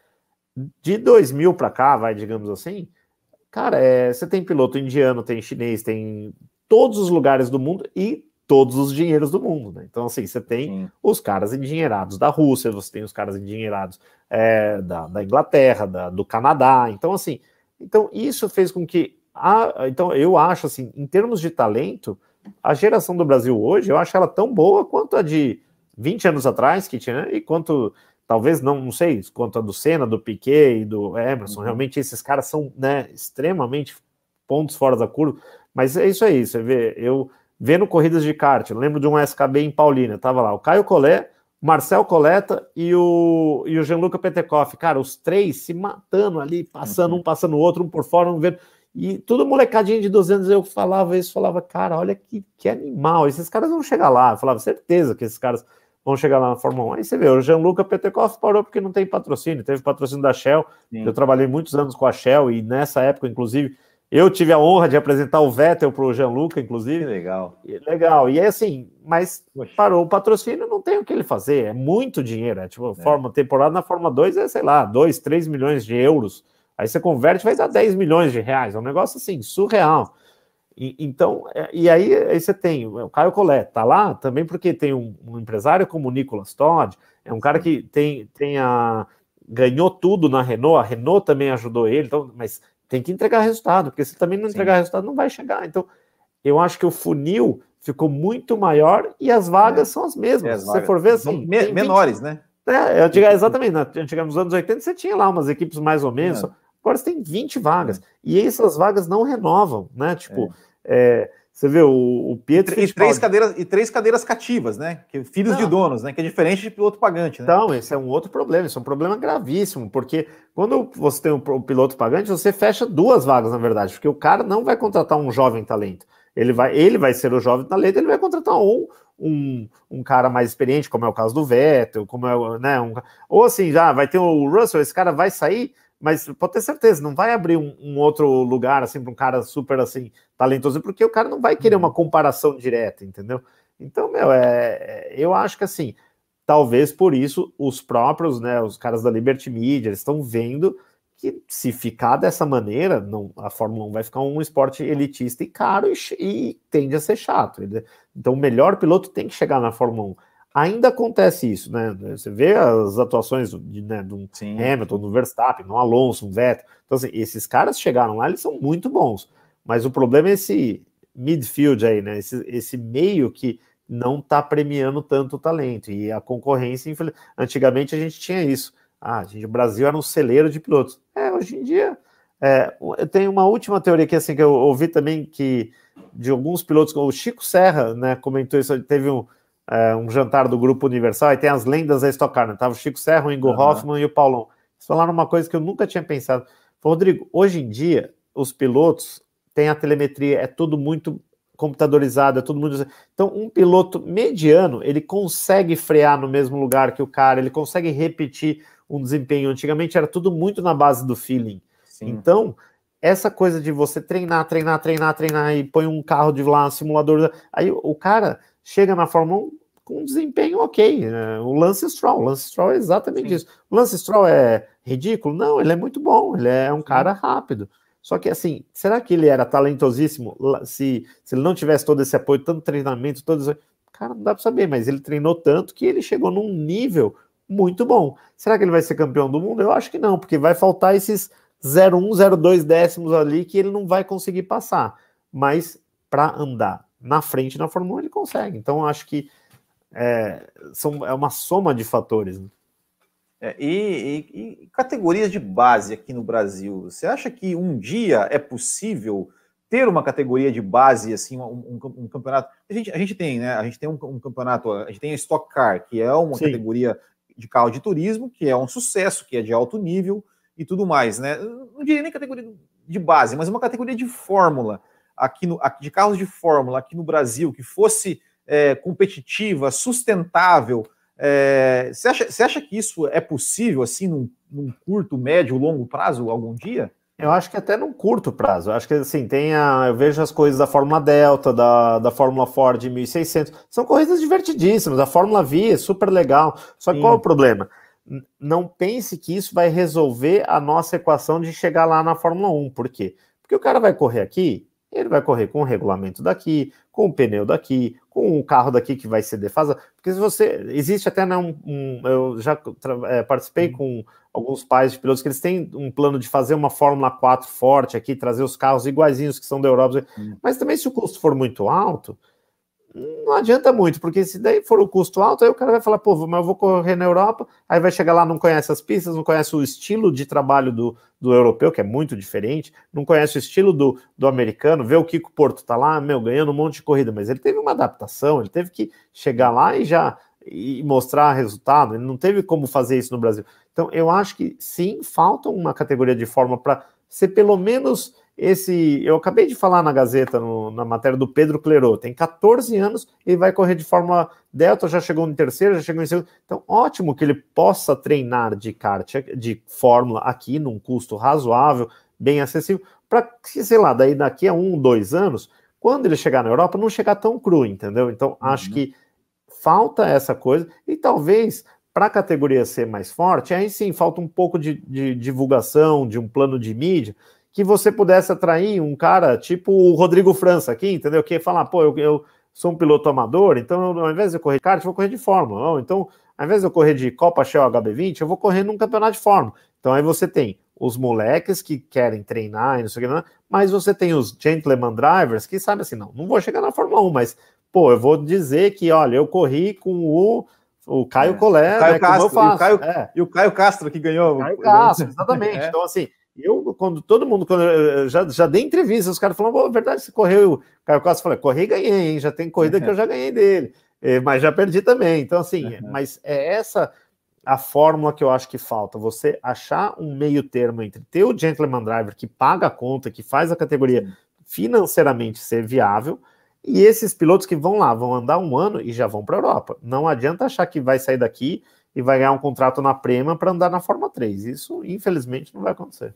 De dois mil para cá, vai, digamos assim, cara, é, você tem piloto indiano, tem chinês, tem todos os lugares do mundo e todos os dinheiros do mundo, né? Então, assim, você tem Sim. os caras endinheirados da Rússia, você tem os caras endinheirados é, da, da Inglaterra, da, do Canadá. Então, assim, então isso fez com que a, então eu acho, assim, em termos de talento, a geração do Brasil hoje, eu acho ela tão boa quanto a de vinte anos atrás que tinha, e quanto talvez não, não sei, quanto a do Senna, do Piquet e do Emerson. Uhum. Realmente esses caras são, né, extremamente pontos fora da curva. Mas é isso aí, você vê, eu vendo corridas de kart, eu lembro de um S K B em Paulínia, tava lá o Caio Collet, Marcel Coletta e o, e o Gianluca Petekoff, cara, os três se matando ali, passando uhum. um, passando o outro, um por fora, um vendo, e tudo molecadinho de doze anos, eu falava isso, falava, cara, olha que, que animal, esses caras vão chegar lá, eu falava, certeza que esses caras vão chegar lá na Fórmula um, aí você vê, o Gianluca Petekoff parou porque não tem patrocínio, teve patrocínio da Shell, Sim. eu trabalhei muitos anos com a Shell, e nessa época, inclusive, eu tive a honra de apresentar o Vettel para o Gianluca, inclusive. Que legal. Legal. E é assim, mas Poxa. parou o patrocínio, não tem o que ele fazer. É muito dinheiro. É tipo, é. Forma, temporada na Fórmula dois é, sei lá, dois, três milhões de euros. Aí você converte, vai dar dez milhões de reais. É um negócio assim, surreal. E, então, é, e aí, aí você tem o Caio Collet, tá lá também porque tem um, um empresário como o Nicolas Todd, é um cara que tem, tem a, ganhou tudo na Renault, a Renault também ajudou ele, então, mas tem que entregar resultado, porque se também não entregar Sim. resultado, não vai chegar. Então, eu acho que o funil ficou muito maior e as vagas é. são as mesmas. É, as se você for ver assim. Me, menores, vinte, né? É, eu digo, exatamente. Antigamente, nos anos oitenta, você tinha lá umas equipes mais ou menos. É. Agora você tem vinte vagas. É. E essas vagas não renovam, né? Tipo, é. É, você vê o, o Pietro. E, e, três cadeiras, e três cadeiras cativas, né? Que, filhos não. de donos, né? Que é diferente de piloto pagante, né? Então, esse é um outro problema, isso é um problema gravíssimo, porque quando você tem um, um piloto pagante, você fecha duas vagas, na verdade, porque o cara não vai contratar um jovem talento. Ele vai, ele vai ser o jovem talento, ele vai contratar um, um, um cara mais experiente, como é o caso do Vettel, como é, né? Um, ou assim, já vai ter o Russell, esse cara vai sair. Mas pode ter certeza, não vai abrir um, um outro lugar assim para um cara super assim talentoso, porque o cara não vai querer uma comparação direta, entendeu? Então, meu, é, é, eu acho que assim, talvez por isso os próprios, né, os caras da Liberty Media, eles estão vendo que se ficar dessa maneira, não, a Fórmula um vai ficar um esporte elitista e caro e, e tende a ser chato. Então, o melhor piloto tem que chegar na Fórmula um. Ainda acontece isso, né? Você vê as atuações de, né, do Hamilton, do Verstappen, do Alonso, do Vettel. Então, assim, esses caras chegaram lá, eles são muito bons. Mas o problema é esse midfield aí, né? Esse, esse meio que não está premiando tanto o talento. E a concorrência, infeliz... antigamente a gente tinha isso. Ah, a gente, o Brasil era um celeiro de pilotos. É, hoje em dia... É, eu tenho uma última teoria aqui, assim, que eu ouvi também que de alguns pilotos, o Chico Serra, né, comentou isso, teve um É, um jantar do Grupo Universal, e tem as lendas da Stock Car, né? Tava o Chico Serra, o Ingo uhum. Hoffmann e o Paulão. Eles falaram uma coisa que eu nunca tinha pensado. Falei, Rodrigo, hoje em dia, os pilotos têm a telemetria, é tudo muito computadorizado, é tudo muito... Então, um piloto mediano, ele consegue frear no mesmo lugar que o cara, ele consegue repetir um desempenho. Antigamente era tudo muito na base do feeling. Sim. Então, essa coisa de você treinar, treinar, treinar, treinar, e põe um carro de lá, um simulador... Aí o cara chega na Fórmula um com um desempenho ok, né? O Lance Stroll, o Lance Stroll é exatamente Sim. isso. O Lance Stroll é ridículo? Não, ele é muito bom, ele é um Sim. cara rápido. Só que assim, será que ele era talentosíssimo se, se ele não tivesse todo esse apoio, tanto treinamento, todo isso? Cara, não dá para saber, mas ele treinou tanto que ele chegou num nível muito bom. Será que ele vai ser campeão do mundo? Eu acho que não, porque vai faltar esses zero vírgula um, zero vírgula dois décimos ali que ele não vai conseguir passar. Mas para andar na frente na Fórmula um ele consegue. Então, acho que é, são, é uma soma de fatores. Né? É, e, e, e categorias de base aqui no Brasil, você acha que um dia é possível ter uma categoria de base, assim, um, um, um campeonato? A gente, a gente tem, né? A gente tem um, um campeonato, a gente tem a Stock Car, que é uma Sim. categoria de carro de turismo, que é um sucesso, que é de alto nível e tudo mais, né? Não diria nem categoria de base, mas uma categoria de fórmula, aqui no, de carros de fórmula aqui no Brasil, que fosse é, competitiva, sustentável. É, você, acha, você acha que isso é possível, assim, num, num curto, médio, longo prazo, algum dia? Eu acho que até num curto prazo. Eu acho que, assim, tem a, eu vejo as coisas da Fórmula Delta, da, da Fórmula Ford mil e seiscentos. São corridas divertidíssimas. A Fórmula V é super legal. Só que Sim. qual é o problema? Não pense que isso vai resolver a nossa equação de chegar lá na Fórmula um. Por quê? Porque o cara vai correr aqui, ele vai correr com o regulamento daqui, com o pneu daqui, com o carro daqui que vai ser defasado. Porque se você... Existe até, né, um... um eu já é, participei uhum. com alguns pais de pilotos que eles têm um plano de fazer uma Fórmula quatro forte aqui, trazer os carros iguaizinhos que são da Europa. Uhum. Mas também se o custo for muito alto, não adianta muito, porque se daí for o custo alto, aí o cara vai falar, pô, mas eu vou correr na Europa, aí vai chegar lá, não conhece as pistas, não conhece o estilo de trabalho do, do europeu, que é muito diferente, não conhece o estilo do, do americano, vê o Kiko Porto tá lá, meu, ganhando um monte de corrida, mas ele teve uma adaptação, ele teve que chegar lá e já e mostrar resultado, ele não teve como fazer isso no Brasil. Então, eu acho que sim, falta uma categoria de Fórmula para ser pelo menos... Esse, eu acabei de falar na Gazeta, no, na matéria do Pedro Clerot, tem catorze anos e vai correr de Fórmula Delta, já chegou no terceiro, já chegou em segundo. Então, ótimo que ele possa treinar de kart, de Fórmula aqui, num custo razoável, bem acessível, para que, sei lá, daí daqui a um, dois anos, quando ele chegar na Europa, não chegar tão cru, entendeu? Então, uhum. acho que falta essa coisa, e talvez, para a categoria ser mais forte, aí sim, falta um pouco de, de divulgação, de um plano de mídia, que você pudesse atrair um cara tipo o Rodrigo França aqui, entendeu? Que falar, pô, eu, eu sou um piloto amador, então ao invés de eu correr de kart, eu vou correr de Fórmula. Ou então, ao invés de eu correr de Copa Shell H B vinte, eu vou correr num campeonato de Fórmula. Então aí você tem os moleques que querem treinar e não sei o que, não, mas você tem os gentleman drivers que sabem assim, não, não vou chegar na Fórmula um, mas, pô, eu vou dizer que, olha, eu corri com o o Caio é. Collet, o Caio né, Castro, como eu faço. E o, Caio, é. e o Caio Castro que ganhou. O Caio Castro, exatamente. É. Então, assim, eu, quando todo mundo, quando eu já, já dei entrevista, os caras falaram, é verdade, você correu, o Caio Castro falou, corri e ganhei, hein? Já tem corrida que eu já ganhei dele, mas já perdi também. Então, assim, uhum. mas é essa a fórmula que eu acho que falta, você achar um meio termo entre ter o gentleman driver que paga a conta, que faz a categoria Sim. financeiramente ser viável, e esses pilotos que vão lá, vão andar um ano e já vão para a Europa. Não adianta achar que vai sair daqui e vai ganhar um contrato na Prema para andar na Fórmula três. Isso, infelizmente, não vai acontecer.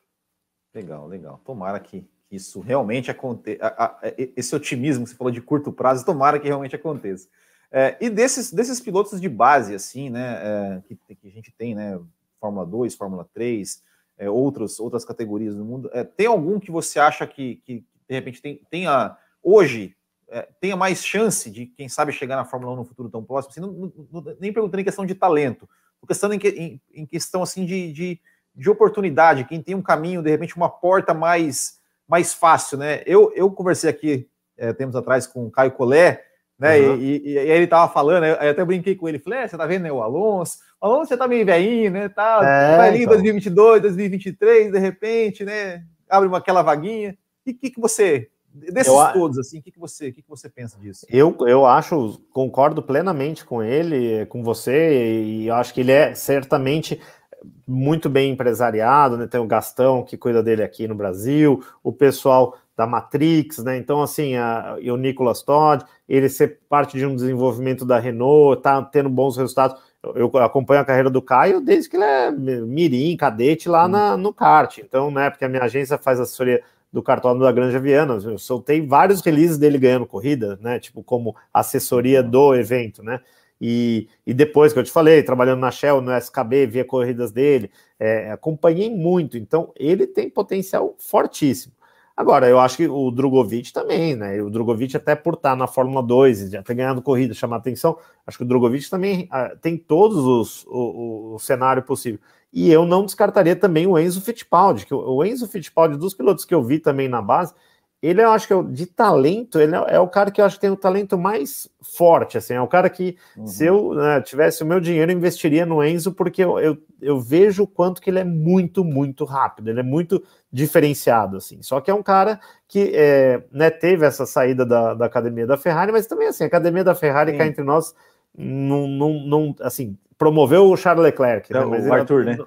Legal, legal. Tomara que isso realmente aconteça. Esse otimismo que você falou de curto prazo, tomara que realmente aconteça. É, e desses, desses pilotos de base, assim, né, é, que, que a gente tem, né, Fórmula dois, Fórmula três, é, outros, outras categorias do mundo, é, tem algum que você acha que, que de repente, tem, tenha, hoje, é, tenha mais chance de, quem sabe, chegar na Fórmula um no futuro tão próximo? Assim, não, não, não, nem perguntando em questão de talento, estou pensando em, em, em questão, assim, de, de, de oportunidade, quem tem um caminho, de repente, uma porta mais, mais fácil, né? Eu, eu conversei aqui, é, tempos atrás, com o Caio Collet, né? Uhum. E, e, e aí ele tava falando, aí eu até brinquei com ele, falei, é, você tá vendo, né, o Alonso? O Alonso já tá meio velhinho, né? Tá, é, vai ali em então. dois mil e vinte e dois, dois mil e vinte e três, de repente, né? Abre uma, aquela vaguinha. E o que, que você, desses eu, todos, assim, o que, que, você, que, que você pensa disso? Eu, eu acho, concordo plenamente com ele, com você, e eu acho que ele é certamente muito bem empresariado, né? Tem o Gastão que cuida dele aqui no Brasil, o pessoal da Matrix, né? Então, assim, a, e o Nicolas Todd, ele ser parte de um desenvolvimento da Renault, tá tendo bons resultados. Eu, eu acompanho a carreira do Caio desde que ele é mirim, cadete lá na, no kart. Então, né, porque a minha agência faz assessoria do cartódromo da Granja Viana, eu soltei vários releases dele ganhando corrida, né? Tipo, como assessoria do evento, né? E, e depois que eu te falei, trabalhando na Shell, no S K B, via corridas dele, é, acompanhei muito. Então, ele tem potencial fortíssimo. Agora, eu acho que o Drogovic também, né? O Drogovic, até por estar na Fórmula dois e já ter ganhado corrida, chamar atenção, acho que o Drogovic também ah, tem todos os o, o cenário possível. E eu não descartaria também o Enzo Fittipaldi, que o, o Enzo Fittipaldi, dos pilotos que eu vi também na base, ele eu acho que é, de talento, ele é, é o cara que eu acho que tem o talento mais forte, assim, é o cara que, uhum. se eu né, tivesse o meu dinheiro, eu investiria no Enzo, porque eu, eu, eu vejo o quanto que ele é muito, muito rápido, ele é muito diferenciado, assim, só que é um cara que é, né, teve essa saída da, da academia da Ferrari, mas também, assim, a academia da Ferrari, cá entre nós, não, não, não, assim, promoveu o Charles Leclerc, é, né, mas o Arthur, ele, né?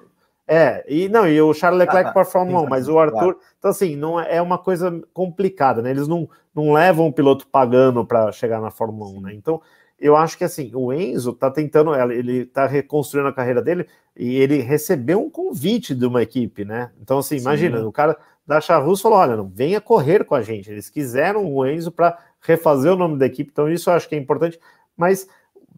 É, e não, e o Charles Leclerc ah, tá. para a Fórmula um, mas o Arthur, claro. Então assim, não é, é uma coisa complicada, né? Eles não, não levam o piloto pagando para chegar na Fórmula um, né? Então, eu acho que assim, o Enzo tá tentando, ele tá reconstruindo a carreira dele e ele recebeu um convite de uma equipe, né? Então assim, imagina, Sim. o cara da Charrus falou, olha, não, venha correr com a gente. Eles quiseram o Enzo para refazer o nome da equipe, então isso eu acho que é importante, mas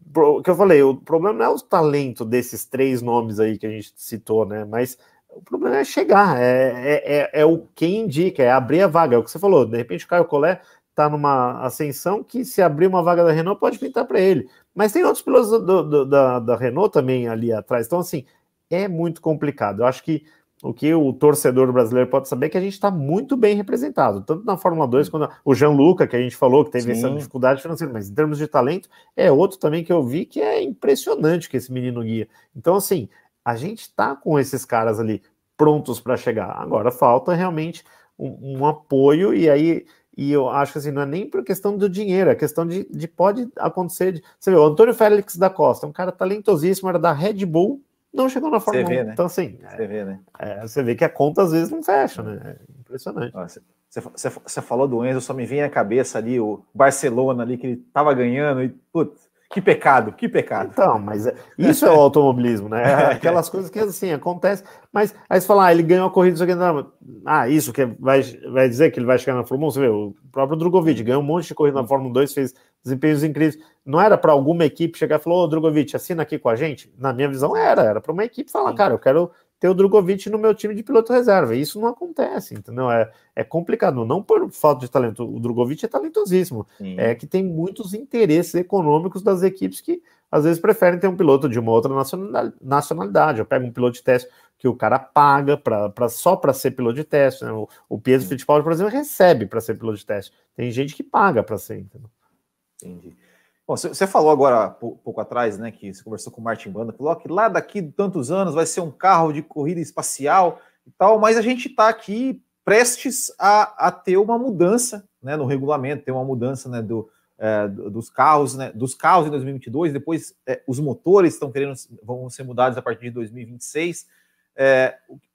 o que eu falei, o problema não é o talento desses três nomes aí que a gente citou, né? Mas o problema é chegar, é, é, é, é o quem indica, é abrir a vaga, é o que você falou, de repente o Caio Collet tá numa ascensão que se abrir uma vaga da Renault pode pintar para ele, mas tem outros pilotos do, do, da, da Renault também ali atrás, então assim, é muito complicado. Eu acho que o que o torcedor brasileiro pode saber é que a gente está muito bem representado, tanto na Fórmula dois quanto o Gianluca, que a gente falou que teve Sim. essa dificuldade financeira, mas em termos de talento, é outro também que eu vi que é impressionante que esse menino guia. Então, assim, a gente está com esses caras ali prontos para chegar. Agora falta realmente um, um apoio, e aí e eu acho que assim, não é nem por questão do dinheiro, é questão de, de pode acontecer. De, você vê, o Antônio Félix da Costa, um cara talentosíssimo, era da Red Bull, não chegou na Fórmula vê, um. Né? Então, assim, você, é, vê, né? é, você vê que a conta às vezes não fecha, né? É impressionante. Você, você, você falou do Enzo, só me vem à cabeça ali o Barcelona ali, que ele tava ganhando, e putz, que pecado, que pecado. Então, mas é, isso é o automobilismo, né? Aquelas coisas que assim acontecem, mas aí você fala, ah, ele ganhou a corrida, isso aqui, não, ah, isso que vai, vai dizer que ele vai chegar na Fórmula um, você vê, o próprio Drogovic ganhou um monte de corrida na Fórmula dois, fez desempenhos incríveis. Não era para alguma equipe chegar e falar, ô, Drogovic, assina aqui com a gente? Na minha visão era, era para uma equipe falar, cara, eu quero ter o Drogovic no meu time de piloto reserva. E isso não acontece, entendeu? É, é complicado, não por falta de talento. O Drogovic é talentosíssimo. Sim. É que tem muitos interesses econômicos das equipes que às vezes preferem ter um piloto de uma outra nacionalidade. Eu pego um piloto de teste que o cara paga pra, pra, só para ser piloto de teste. Né? O, o Pietro Fittipaldi, por exemplo, recebe para ser piloto de teste. Tem gente que paga para ser, entendeu? Entendi. Bom, você falou agora, pouco atrás, né, que você conversou com o Martin Banda, falou que lá daqui de tantos anos vai ser um carro de corrida espacial e tal, mas a gente está aqui prestes a, a ter uma mudança, né, no regulamento, ter uma mudança, né, do, é, dos carros, né, dos carros em dois mil e vinte e dois, depois é, os motores estão querendo, vão ser mudados a partir de dois mil e vinte e seis. É,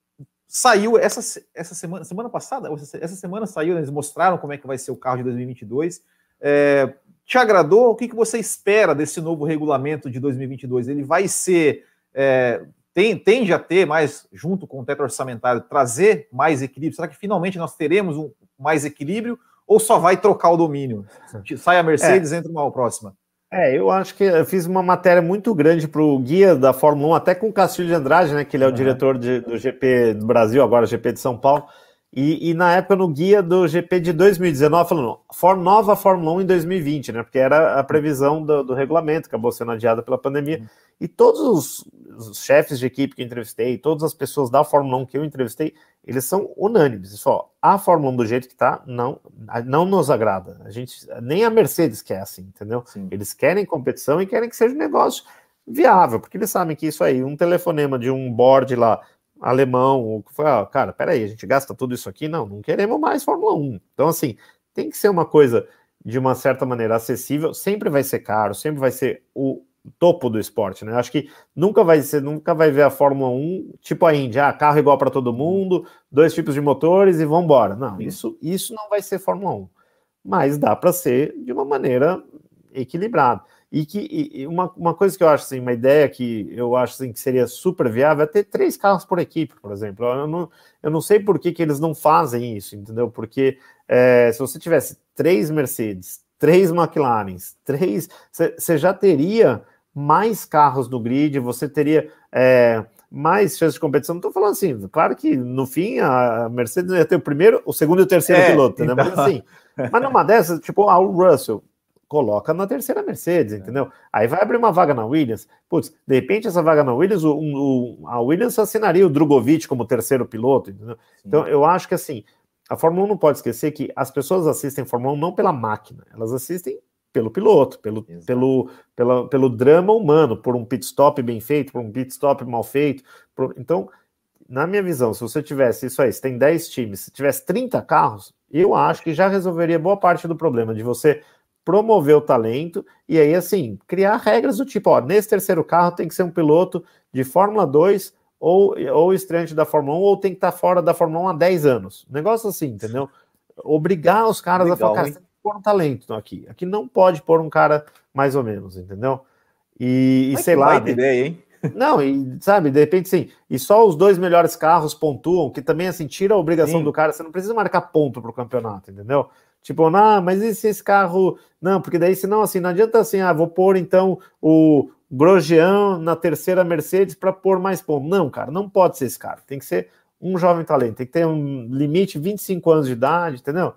saiu essa, essa semana, semana passada, essa semana saiu, né, eles mostraram como é que vai ser o carro de dois mil e vinte e dois. É, Te agradou? O que, que você espera desse novo regulamento de dois mil e vinte e dois? Ele vai ser, é, tem, tende a ter mais, junto com o teto orçamentário, trazer mais equilíbrio? Será que finalmente nós teremos um mais equilíbrio ou só vai trocar o domínio? Sai a Mercedes, é. entra uma próxima. É, eu acho que eu fiz uma matéria muito grande para o guia da Fórmula um, até com o Castilho de Andrade, né, que ele é o uhum. diretor de, do G P do Brasil, agora G P de São Paulo. E, e na época no guia do G P de dois mil e dezenove, falando for, nova Fórmula um em dois mil e vinte, né? Porque era a previsão do, do regulamento, acabou sendo adiada pela pandemia. Uhum. E todos os, os chefes de equipe que eu entrevistei, todas as pessoas da Fórmula um que eu entrevistei, eles são unânimes. Só a Fórmula um do jeito que está não, não nos agrada. A gente, nem a Mercedes quer assim, entendeu? Sim. Eles querem competição e querem que seja um negócio viável, porque eles sabem que isso aí, um telefonema de um board lá, alemão, foi, ah, cara, peraí, a gente gasta tudo isso aqui? Não, não queremos mais Fórmula um. Então, assim, tem que ser uma coisa de uma certa maneira acessível, sempre vai ser caro, sempre vai ser o topo do esporte, né? Acho que nunca vai ser, nunca vai ver a Fórmula um, tipo a Índia, ah, carro igual para todo mundo, dois tipos de motores e vambora. Não, isso, isso não vai ser Fórmula um. Mas dá para ser de uma maneira equilibrada. E que e uma, uma coisa que eu acho assim, uma ideia que eu acho assim, que seria super viável é ter três carros por equipe, por exemplo. Eu não, eu não sei por que, que eles não fazem isso, entendeu? Porque é, se você tivesse três Mercedes, três McLarens, três, você já teria mais carros no grid, você teria é, mais chances de competição. Não estou falando assim, claro que no fim a Mercedes ia ter o primeiro, o segundo e o terceiro é, piloto, então... né? Mas assim, mas numa dessas, tipo, ah, o Russell coloca na terceira Mercedes, entendeu? Aí vai abrir uma vaga na Williams. Putz, de repente essa vaga na Williams, o, o, a Williams assinaria o Drogovic como terceiro piloto, entendeu? Sim. Então eu acho que assim, a Fórmula um não pode esquecer que as pessoas assistem a Fórmula um não pela máquina, elas assistem pelo piloto, pelo, pelo, pela, pelo drama humano, por um pit stop bem feito, por um pit stop mal feito. Por... Então, na minha visão, se você tivesse isso aí, se tem dez times, se tivesse trinta carros, eu acho que já resolveria boa parte do problema de você promover o talento, e aí, assim, criar regras do tipo, ó, nesse terceiro carro tem que ser um piloto de Fórmula dois ou, ou estreante da Fórmula um, ou tem que estar fora da Fórmula um há dez anos. Negócio assim, entendeu? Obrigar os caras Legal, a falar, cara, você tem que pôr um talento aqui. Aqui não pode pôr um cara mais ou menos, entendeu? E, e sei lá. Que ideia, hein? Não, e sabe, de repente sim, e só os dois melhores carros pontuam, que também assim, tira a obrigação sim. do cara, você não precisa marcar ponto pro campeonato, entendeu? Tipo, não, mas e se esse carro... Não, porque daí senão assim, não adianta assim, ah, vou pôr então o Grosjean na terceira Mercedes para pôr mais ponto. Não, cara, não pode ser esse cara, tem que ser um jovem talento, tem que ter um limite vinte e cinco anos de idade, entendeu?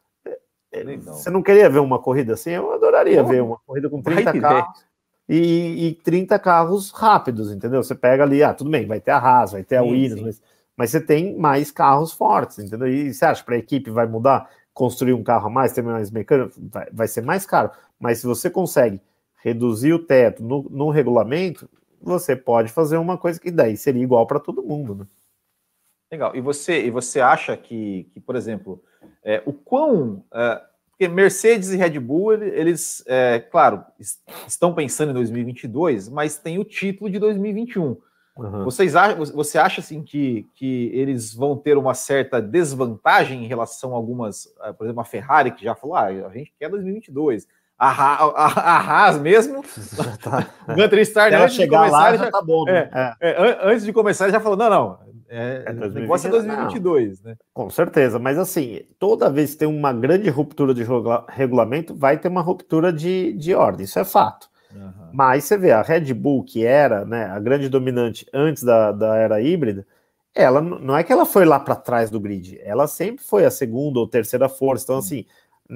Legal. Você não queria ver uma corrida assim? Eu adoraria oh, ver uma corrida com trinta carros e, e trinta carros rápidos, entendeu? Você pega ali, ah, tudo bem, vai ter a Haas, vai ter a sim, Williams, sim. Mas, mas você tem mais carros fortes, entendeu? E você acha que para a equipe vai mudar? Construir um carro a mais, ter mais mecânico, vai, vai ser mais caro. Mas se você consegue reduzir o teto no, no regulamento, você pode fazer uma coisa que daí seria igual para todo mundo, né? Legal. E você, e você acha que, que por exemplo, é, o quão... É, porque Mercedes e Red Bull, eles, é, claro, estão pensando em dois mil e vinte e dois, mas tem o título de dois mil e vinte e um. Uhum. Vocês acham, você acha assim que, que eles vão ter uma certa desvantagem em relação a algumas, por exemplo, a Ferrari, que já falou, ah, a gente quer dois mil e vinte e dois. A, a, a, a Haas mesmo, tá, o Gunter Steiner, antes de começar, lá, já, já tá bom, né? é, é. É, antes de começar, ele já falou, não, não, é, é o negócio é dois mil e vinte e dois, né? Com certeza, mas assim, toda vez que tem uma grande ruptura de regula- regulamento, vai ter uma ruptura de, de ordem, isso é fato. Uhum. Mas você vê, a Red Bull, que era, né, a grande dominante antes da, da era híbrida, ela não é que ela foi lá para trás do grid, ela sempre foi a segunda ou terceira força. Então, assim,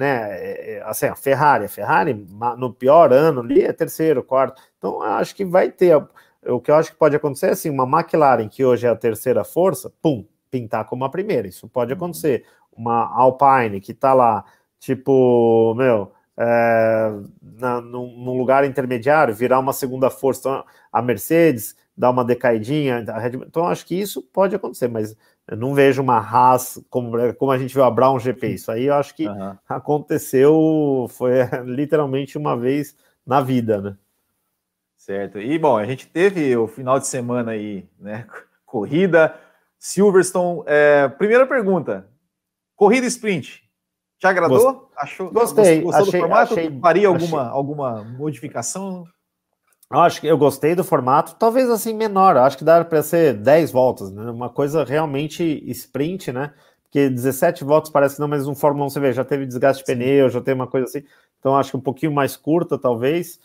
né, assim, a Ferrari, a Ferrari no pior ano ali é terceiro, quarto. Então, acho que vai ter. O que eu acho que pode acontecer é assim: uma McLaren, que hoje é a terceira força, pum, pintar como a primeira. Isso pode acontecer. Uma Alpine, que tá lá, tipo, meu. É, na, num, num lugar intermediário, virar uma segunda força, então, a Mercedes dá uma decaidinha, a Red Bull, então acho que isso pode acontecer, mas eu não vejo uma Haas como, como a gente viu a Brown G P, isso aí eu acho que uhum. aconteceu, foi literalmente uma vez na vida, né? Certo, e bom, a gente teve o final de semana aí, né, corrida, Silverstone, é, primeira pergunta, corrida sprint, te agradou? Gost... Achou, Gostei. Gostou achei, do formato? achei, Faria alguma, achei... alguma modificação? Eu acho que eu gostei do formato, talvez assim menor. Eu acho que dá para ser dez voltas, né? Uma coisa realmente sprint, né? Porque dezessete voltas parece que não, mas um Fórmula um, você vê, já teve desgaste de Sim. pneu, já tem uma coisa assim. Então acho que um pouquinho mais curta, talvez.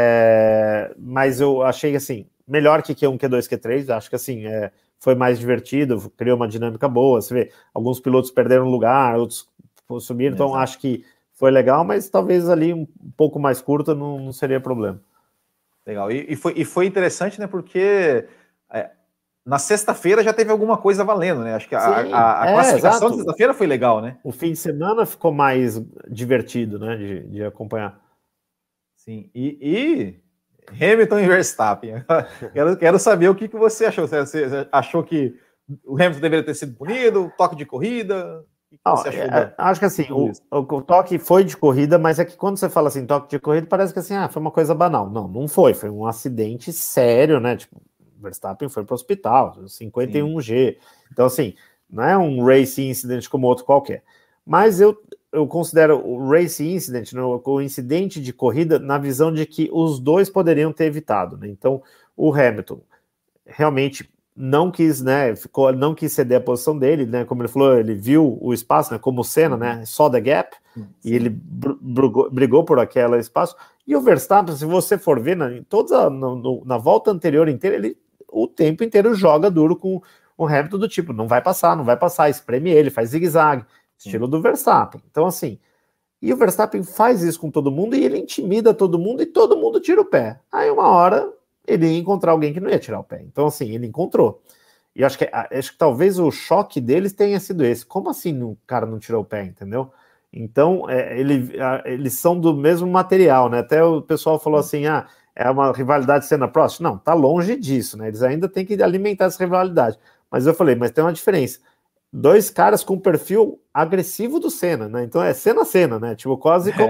É... Mas eu achei assim, melhor que Q um, Q dois, Q três. Acho que assim, é... foi mais divertido, criou uma dinâmica boa. Você vê, alguns pilotos perderam lugar, outros subir, então Exato. Acho que foi legal, mas talvez ali um pouco mais curta não, não seria problema. Legal, e, e, foi, e foi interessante, né, porque é, na sexta-feira já teve alguma coisa valendo, né, acho que a, Sim, a, a é, classificação da sexta-feira foi legal, né? O fim de semana ficou mais divertido, né, de, de acompanhar. Sim, e, e Hamilton e Verstappen, quero, quero saber o que, que você achou, você, você achou que o Hamilton deveria ter sido punido, toque de corrida... Não, é, acho que assim, o, o toque foi de corrida, mas é que quando você fala assim, toque de corrida, parece que assim, ah, foi uma coisa banal. Não, não foi, foi um acidente sério, né? Tipo, Verstappen foi para o hospital, cinquenta e um G. Sim. Então, assim, não é um race incident como outro qualquer. Mas eu, eu considero o race incident, né, o incidente de corrida, na visão de que os dois poderiam ter evitado, né? Então, o Hamilton realmente não quis, né, ficou, não quis ceder a posição dele, né, como ele falou, ele viu o espaço, né, como o Senna, né, saw the gap, Sim. e ele brigou, brigou por aquele espaço, e o Verstappen, se você for ver, na, toda, na, na volta anterior inteira, ele o tempo inteiro joga duro com o Hamilton do tipo, não vai passar, não vai passar, espreme ele, faz zigue-zague, estilo Sim. do Verstappen, então assim, e o Verstappen faz isso com todo mundo, e ele intimida todo mundo, e todo mundo tira o pé, aí uma hora... ele ia encontrar alguém que não ia tirar o pé. Então, assim, ele encontrou. E acho que, acho que talvez o choque deles tenha sido esse. Como assim o cara não tirou o pé, entendeu? Então, é, ele, eles são do mesmo material, né? Até o pessoal falou assim, ah, é uma rivalidade Senna-Prost. Não, tá longe disso, né? Eles ainda têm que alimentar essa rivalidade. Mas eu falei, mas tem uma diferença. Dois caras com perfil agressivo do Senna, né? Então é Senna-Senna, né? Tipo, quase como... É.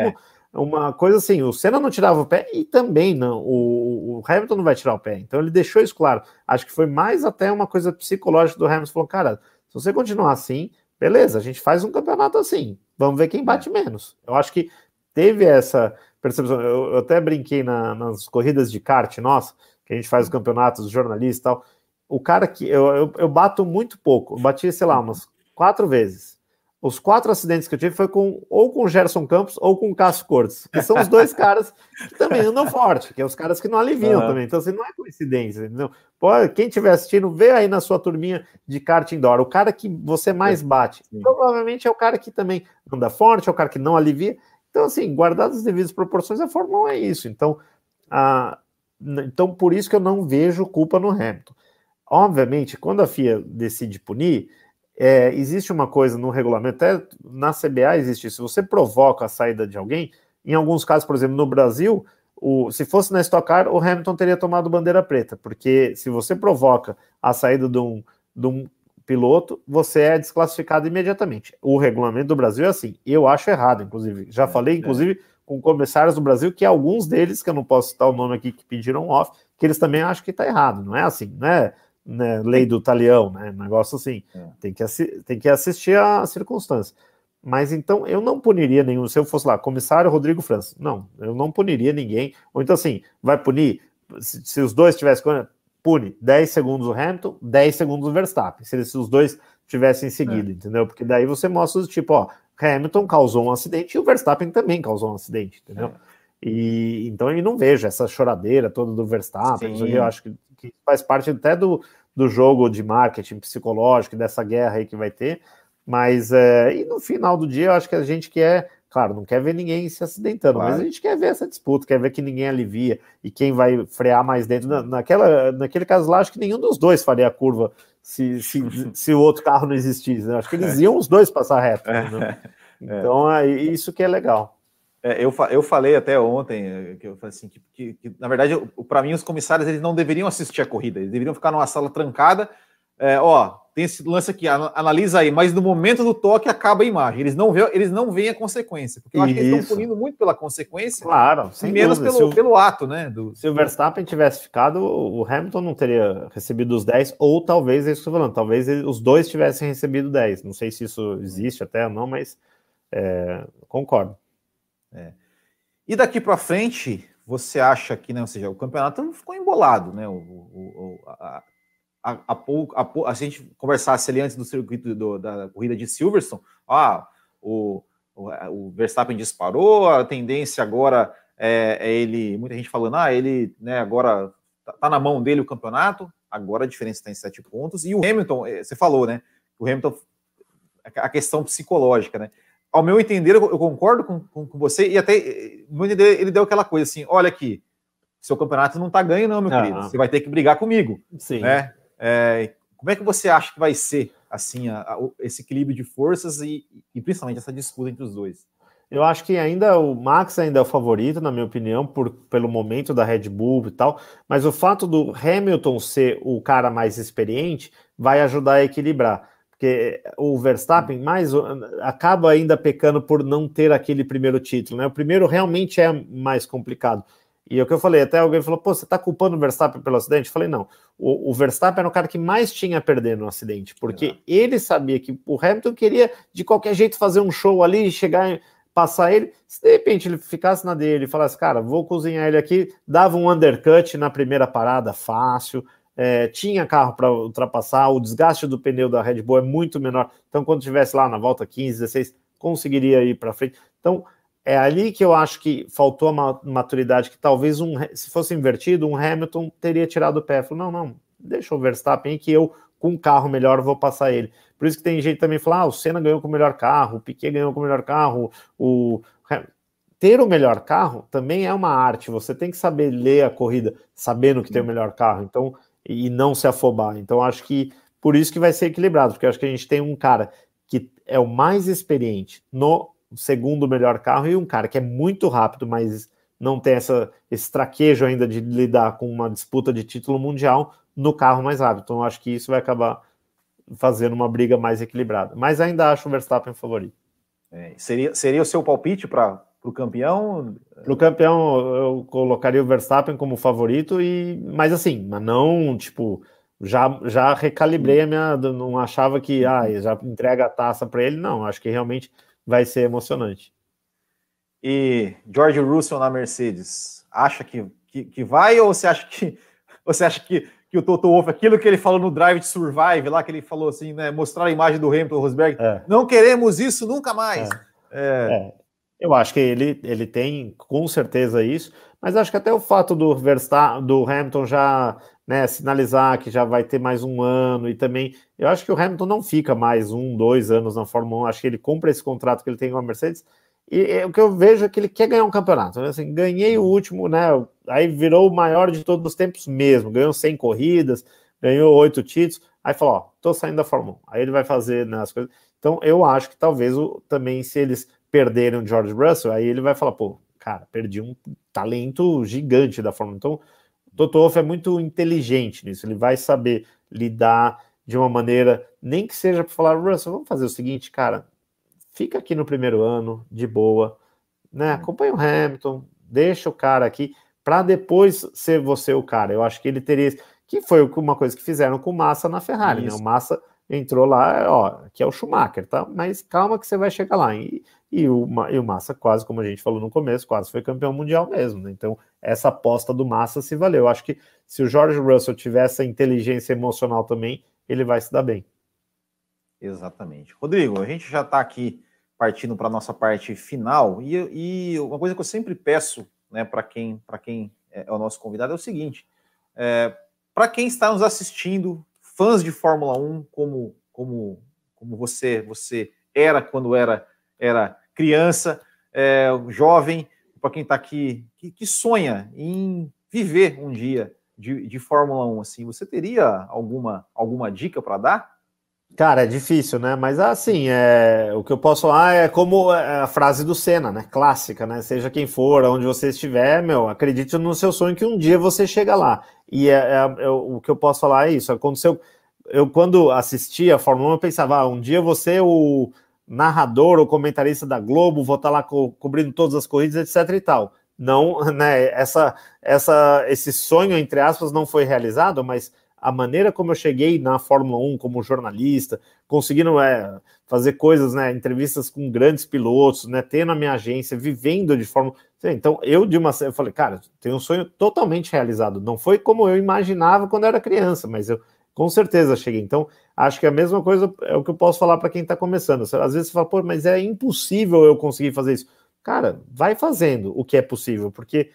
uma coisa assim, o Senna não tirava o pé e também não, o, o Hamilton não vai tirar o pé, então ele deixou isso claro. Acho que foi mais até uma coisa psicológica do Hamilton, falou, cara, se você continuar assim, beleza, a gente faz um campeonato assim, vamos ver quem bate menos. Eu acho que teve essa percepção, eu, eu até brinquei na, nas corridas de kart, nossa, que a gente faz os campeonatos, os jornalistas e tal, o cara que, eu, eu, eu bato muito pouco, eu bati, sei lá, umas quatro vezes. Os quatro acidentes que eu tive foi com ou com o Gerson Campos ou com o Cássio Cortes, que são os dois caras que também andam forte, que é os caras que não aliviam uhum. também. Então, assim, não é coincidência, entendeu? Pô, quem estiver assistindo, vê aí na sua turminha de kart indoor. O cara que você mais bate, Sim. provavelmente é o cara que também anda forte, é o cara que não alivia. Então, assim, guardadas as devidas proporções, a Fórmula um é isso. Então, a... então, por isso que eu não vejo culpa no Hamilton. Obviamente, quando a F I A decide punir, É, existe uma coisa no regulamento, até na C B A existe isso, se você provoca a saída de alguém, em alguns casos, por exemplo, no Brasil, o, se fosse na Stock Car, o Hamilton teria tomado bandeira preta, porque se você provoca a saída de um, de um piloto, você é desclassificado imediatamente. O regulamento do Brasil é assim, eu acho errado, inclusive, já falei, inclusive, é. com comissários do Brasil, que alguns deles, que eu não posso citar o nome aqui, que pediram off, que eles também acham que está errado, não é assim, não é Né, lei do talião, né, negócio assim, é. tem, que tem que assistir a circunstância. Mas então eu não puniria nenhum, se eu fosse lá, comissário Rodrigo França, não, eu não puniria ninguém, ou então assim, vai punir, se, se os dois tivessem, pune dez segundos o Hamilton, dez segundos o Verstappen, se, eles, se os dois tivessem seguido, é. entendeu? Porque daí você mostra tipo, ó, Hamilton causou um acidente e o Verstappen também causou um acidente, entendeu? É. E então eu não vejo essa choradeira toda do Verstappen, eu acho que, que faz parte até do, do jogo de marketing psicológico, dessa guerra aí que vai ter, mas é, e no final do dia eu acho que a gente quer, claro, não quer ver ninguém se acidentando, claro. Mas a gente quer ver essa disputa, quer ver que ninguém alivia e quem vai frear mais dentro, na, naquela, naquele caso lá, acho que nenhum dos dois faria a curva se, se, se o outro carro não existisse, né? Acho que eles iam os dois passar reto, né? Então é isso que é legal. É, eu, eu falei até ontem que eu falei assim que, que, que na verdade, para mim, os comissários eles não deveriam assistir a corrida, eles deveriam ficar numa sala trancada. É, ó, tem esse lance aqui, analisa aí, mas no momento do toque acaba a imagem. Eles não veem, eles não veem a consequência, porque eu acho que eles estão punindo muito pela consequência, claro, sem menos dúvida. pelo, o, pelo ato, né? Do... Se o Verstappen tivesse ficado, o Hamilton não teria recebido os dez, ou talvez, é isso que eu estou falando, talvez os dois tivessem recebido dez. Não sei se isso existe até ou não, mas é, concordo. É. E daqui para frente, você acha que, né, ou seja, o campeonato não ficou embolado, né? O, o, a, a, a, a, a, se a gente conversasse ali antes do circuito do, da corrida de Silverstone, ah, o, o, o Verstappen disparou, a tendência agora é, é ele, muita gente falando, ah, ele, né, agora tá, tá na mão dele o campeonato, agora a diferença está em sete pontos, e o Hamilton, você falou, né? O Hamilton, a questão psicológica, né? Ao meu entender, eu concordo com, com, com você, e até, no meu entender, ele deu aquela coisa assim, olha aqui, seu campeonato não tá ganho não, meu ah, querido, você vai ter que brigar comigo. Sim. Né? É, como é que você acha que vai ser, assim, a, a, esse equilíbrio de forças e, e principalmente essa disputa entre os dois? Eu acho que ainda o Max ainda é o favorito, na minha opinião, por, pelo momento da Red Bull e tal, mas o fato do Hamilton ser o cara mais experiente vai ajudar a equilibrar. Porque o Verstappen mais, acaba ainda pecando por não ter aquele primeiro título, né? O primeiro realmente é mais complicado. E é o que eu falei, até alguém falou, pô, você tá culpando o Verstappen pelo acidente? Eu falei, não, o, o Verstappen era o cara que mais tinha a perder no acidente, porque é. ele sabia que o Hamilton queria de qualquer jeito fazer um show ali, chegar e passar ele. Se de repente ele ficasse na dele e falasse, cara, vou cozinhar ele aqui, dava um undercut na primeira parada fácil, É, tinha carro para ultrapassar, o desgaste do pneu da Red Bull é muito menor, então quando estivesse lá na volta quinze, dezesseis, conseguiria ir para frente. Então é ali que eu acho que faltou a maturidade, que talvez um, se fosse invertido, um Hamilton teria tirado o pé, falou, não, não, deixa o Verstappen que eu com um carro melhor vou passar ele. Por isso que tem gente também que fala, ah, o Senna ganhou com o melhor carro, o Piquet ganhou com o melhor carro, o... ter o melhor carro também é uma arte, você tem que saber ler a corrida sabendo que tem o melhor carro, então e não se afobar. Então acho que por isso que vai ser equilibrado, porque acho que a gente tem um cara que é o mais experiente no segundo melhor carro e um cara que é muito rápido, mas não tem essa, esse traquejo ainda de lidar com uma disputa de título mundial no carro mais rápido. Então acho que isso vai acabar fazendo uma briga mais equilibrada. Mas ainda acho o Verstappen favorito. É, seria, seria o seu palpite para o campeão? Para o campeão, eu colocaria o Verstappen como favorito, e mas assim, mas não, tipo, já, já recalibrei a minha, não achava que, ah, já entrega a taça para ele, não, acho que realmente vai ser emocionante. E George Russell na Mercedes, acha que, que, que vai, ou você acha que você acha que, que o Toto Wolff, aquilo que ele falou no Drive to Survive, lá que ele falou assim, né, mostrar a imagem do Hamilton Rosberg, é. não queremos isso nunca mais. É. É. É. Eu acho que ele, ele tem com certeza isso, mas acho que até o fato do Verstappen, do Hamilton já, né, sinalizar que já vai ter mais um ano, e também, eu acho que o Hamilton não fica mais um, dois anos na Fórmula um, acho que ele cumpre esse contrato que ele tem com a Mercedes, e, e o que eu vejo é que ele quer ganhar um campeonato, né? Assim, ganhei o último, né, aí virou o maior de todos os tempos mesmo, ganhou cem corridas, ganhou oito títulos, aí falou, ó, tô saindo da Fórmula um, aí ele vai fazer, né, as coisas, então eu acho que talvez o, também se eles perderem o George Russell, aí ele vai falar, pô, cara, perdi um talento gigante da Fórmula um. Então, o Toto Wolff é muito inteligente nisso, ele vai saber lidar de uma maneira, nem que seja para falar, Russell, vamos fazer o seguinte, cara, fica aqui no primeiro ano, de boa, né, acompanha o Hamilton, deixa o cara aqui, para depois ser você o cara. Eu acho que ele teria, que foi uma coisa que fizeram com o Massa na Ferrari, Isso. né, o Massa entrou lá, ó, que é o Schumacher, tá, mas calma que você vai chegar lá, e E o, e o Massa quase, como a gente falou no começo, quase foi campeão mundial mesmo, né? Então essa aposta do Massa se valeu. Eu acho que se o George Russell tiver essa inteligência emocional também, ele vai se dar bem. Exatamente. Rodrigo, a gente já está aqui partindo para a nossa parte final, e, e uma coisa que eu sempre peço, né, para quem, para quem é o nosso convidado é o seguinte, é, para quem está nos assistindo, fãs de Fórmula um, como, como, como você, você era quando era era criança, é, jovem, para quem está aqui, que, que sonha em viver um dia de, de Fórmula um, assim, você teria alguma, alguma dica para dar? Cara, é difícil, né? Mas assim, é, o que eu posso falar é como a frase do Senna, né? Clássica, né? Seja quem for, onde você estiver, meu, acredite no seu sonho que um dia você chega lá. E é, é, é, o que eu posso falar é isso. Aconteceu, eu quando assistia a Fórmula um, eu pensava, ah, um dia você o narrador ou comentarista da Globo, vou estar lá co cobrindo todas as corridas, etc e tal. Não, né, essa, essa, esse sonho, entre aspas, não foi realizado, mas a maneira como eu cheguei na Fórmula um como jornalista, conseguindo é, fazer coisas, né, entrevistas com grandes pilotos, né, tendo a minha agência, vivendo de Fórmula um. Então, eu de uma eu falei, cara, tenho um sonho totalmente realizado. Não foi como eu imaginava quando eu era criança, mas eu com certeza cheguei. Então, acho que a mesma coisa é o que eu posso falar para quem está começando. Às vezes você fala, pô, mas é impossível eu conseguir fazer isso. Cara, vai fazendo o que é possível, porque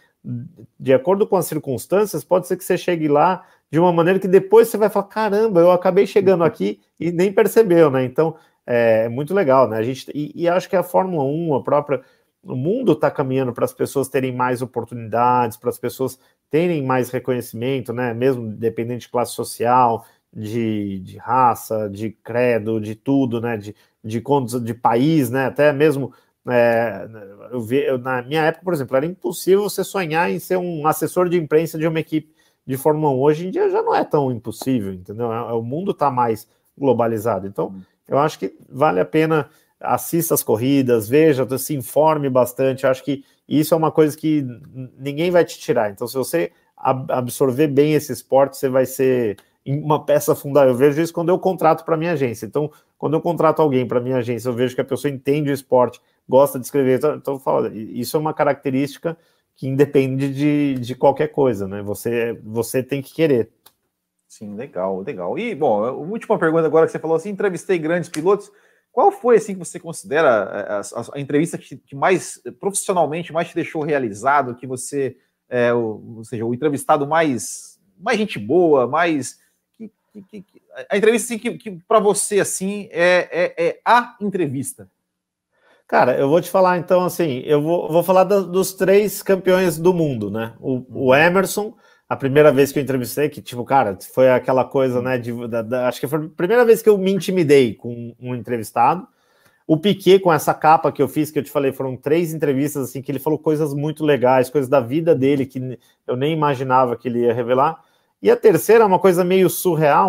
de acordo com as circunstâncias, pode ser que você chegue lá de uma maneira que depois você vai falar, caramba, eu acabei chegando aqui e nem percebeu, né? Então, é muito legal, né? A gente, e, e acho que a Fórmula um, a própria, o mundo está caminhando para as pessoas terem mais oportunidades, para as pessoas terem mais reconhecimento, né? Mesmo dependente de classe social, de, de raça, de credo, de tudo, né? De, de, de, de país, né? Até mesmo é, eu vi, eu, na minha época, por exemplo, era impossível você sonhar em ser um assessor de imprensa de uma equipe de Fórmula um. Hoje em dia já não é tão impossível, entendeu? O mundo está mais globalizado. Então, eu acho que vale a pena, assista as corridas, veja, se informe bastante. Eu acho que isso é uma coisa que ninguém vai te tirar. Então, se você absorver bem esse esporte, você vai ser uma peça fundamental. Eu vejo isso quando eu contrato para minha agência. Então, quando eu contrato alguém para minha agência, eu vejo que a pessoa entende o esporte, gosta de escrever. Então, então falo, isso é uma característica que independe de, de qualquer coisa, né? Você, você tem que querer. Sim, legal, legal. E, bom, a última pergunta agora que você falou assim, entrevistei grandes pilotos. Qual foi, assim, que você considera a, a, a entrevista que, que mais, profissionalmente, mais te deixou realizado, que você, é, o, ou seja, o entrevistado mais, mais gente boa, mais... Que, que, que, a entrevista, assim, que, que para você, assim, é, é, é a entrevista? Cara, eu vou te falar, então, assim, eu vou, vou falar do, dos três campeões do mundo, né? O, uhum. o Emerson, a primeira vez que eu entrevistei, que, tipo, cara, foi aquela coisa, né, de, da, da, acho que foi a primeira vez que eu me intimidei com um entrevistado. O Piquet, com essa capa que eu fiz, que eu te falei, foram três entrevistas, assim, que ele falou coisas muito legais, coisas da vida dele, que eu nem imaginava que ele ia revelar. E a terceira é uma coisa meio surreal,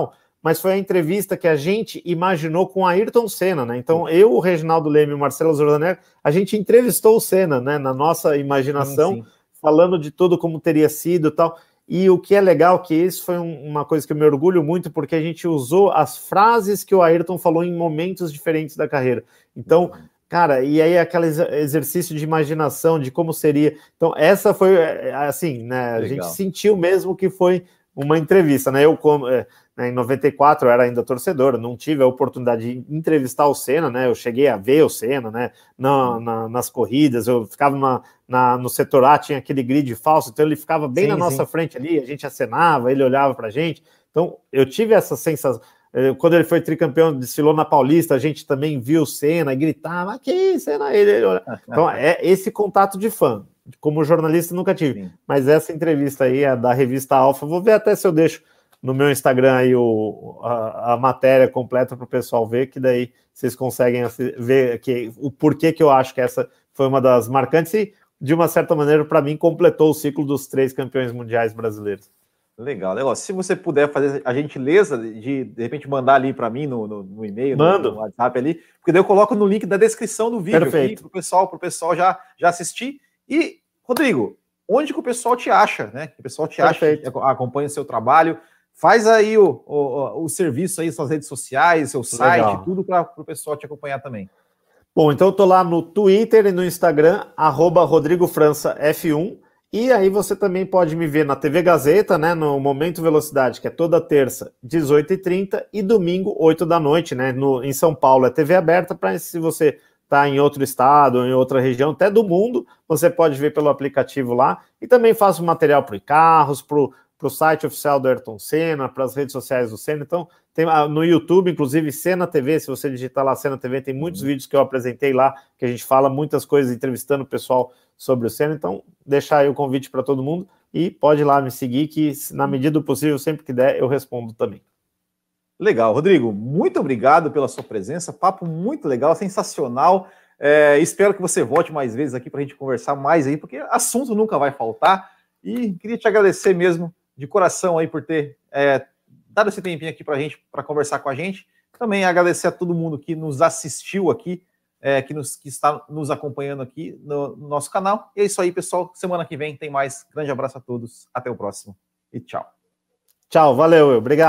mas foi a entrevista que a gente imaginou com Ayrton Senna, né? Então, eu, o Reginaldo Leme e o Marcelo Zordanelli, a gente entrevistou o Senna, né? Na nossa imaginação, sim, sim. falando de tudo como teria sido e tal. E o que é legal, que isso foi um, uma coisa que eu me orgulho muito, porque a gente usou as frases que o Ayrton falou em momentos diferentes da carreira. Então, cara, e aí aquele exercício de imaginação, de como seria. Então, essa foi, assim, né? A legal. gente sentiu mesmo que foi uma entrevista, né? Eu, como, é, né, em noventa e quatro, eu era ainda torcedor, não tive a oportunidade de entrevistar o Senna, né? Eu cheguei a ver o Senna, né? Na, na, nas corridas, eu ficava na, na, no setor A, tinha aquele grid falso, então ele ficava bem sim, na nossa sim. frente ali, a gente acenava, ele olhava pra gente. Então, eu tive essa sensação. Quando ele foi tricampeão, desfilou na Paulista, a gente também viu o Senna e gritava, aqui, Senna, ele, ele. Então, é esse contato de fã. Como jornalista, nunca tive. Sim. Mas essa entrevista aí é da revista Alfa. Vou ver até se eu deixo no meu Instagram aí o, a, a matéria completa para o pessoal ver, que daí vocês conseguem ver que, o porquê que eu acho que essa foi uma das marcantes e, de uma certa maneira, para mim, completou o ciclo dos três campeões mundiais brasileiros. Legal, legal. Se você puder fazer a gentileza de, de repente, mandar ali para mim no, no, no e-mail, no, no WhatsApp ali, porque daí eu coloco no link da descrição do vídeo Perfeito. aqui para o pessoal, pro pessoal já, já assistir. E, Rodrigo, onde que o pessoal te acha, né? Que o pessoal te Perfeito. acha, acompanha o seu trabalho, faz aí o, o, o serviço aí, suas redes sociais, seu site, Legal. tudo para o pessoal te acompanhar também. Bom, então eu tô lá no Twitter e no Instagram, arroba Rodrigo França F um, e aí você também pode me ver na T V Gazeta, né, no Momento Velocidade, que é toda terça, dezoito e trinta, e domingo, oito da noite, né, no, em São Paulo é T V aberta, para se você está em outro estado, ou em outra região, até do mundo, você pode ver pelo aplicativo lá, e também faço material para carros, para o site oficial do Ayrton Senna, para as redes sociais do Senna, então tem no YouTube, inclusive, Senna T V, se você digitar lá Senna T V, tem muitos uhum. vídeos que eu apresentei lá, que a gente fala muitas coisas, entrevistando o pessoal sobre o Senna, então deixar aí o convite para todo mundo, e pode ir lá me seguir, que na medida do possível, sempre que der, eu respondo também. Legal, Rodrigo, muito obrigado pela sua presença, papo muito legal, sensacional, é, espero que você volte mais vezes aqui para a gente conversar mais aí, porque assunto nunca vai faltar, e queria te agradecer mesmo, de coração aí, por ter é, dado esse tempinho aqui para a gente, para conversar com a gente, também agradecer a todo mundo que nos assistiu aqui, é, que, nos, que está nos acompanhando aqui no, no nosso canal, e é isso aí, pessoal, semana que vem tem mais, grande abraço a todos, até o próximo, e tchau. Tchau, valeu, obrigado.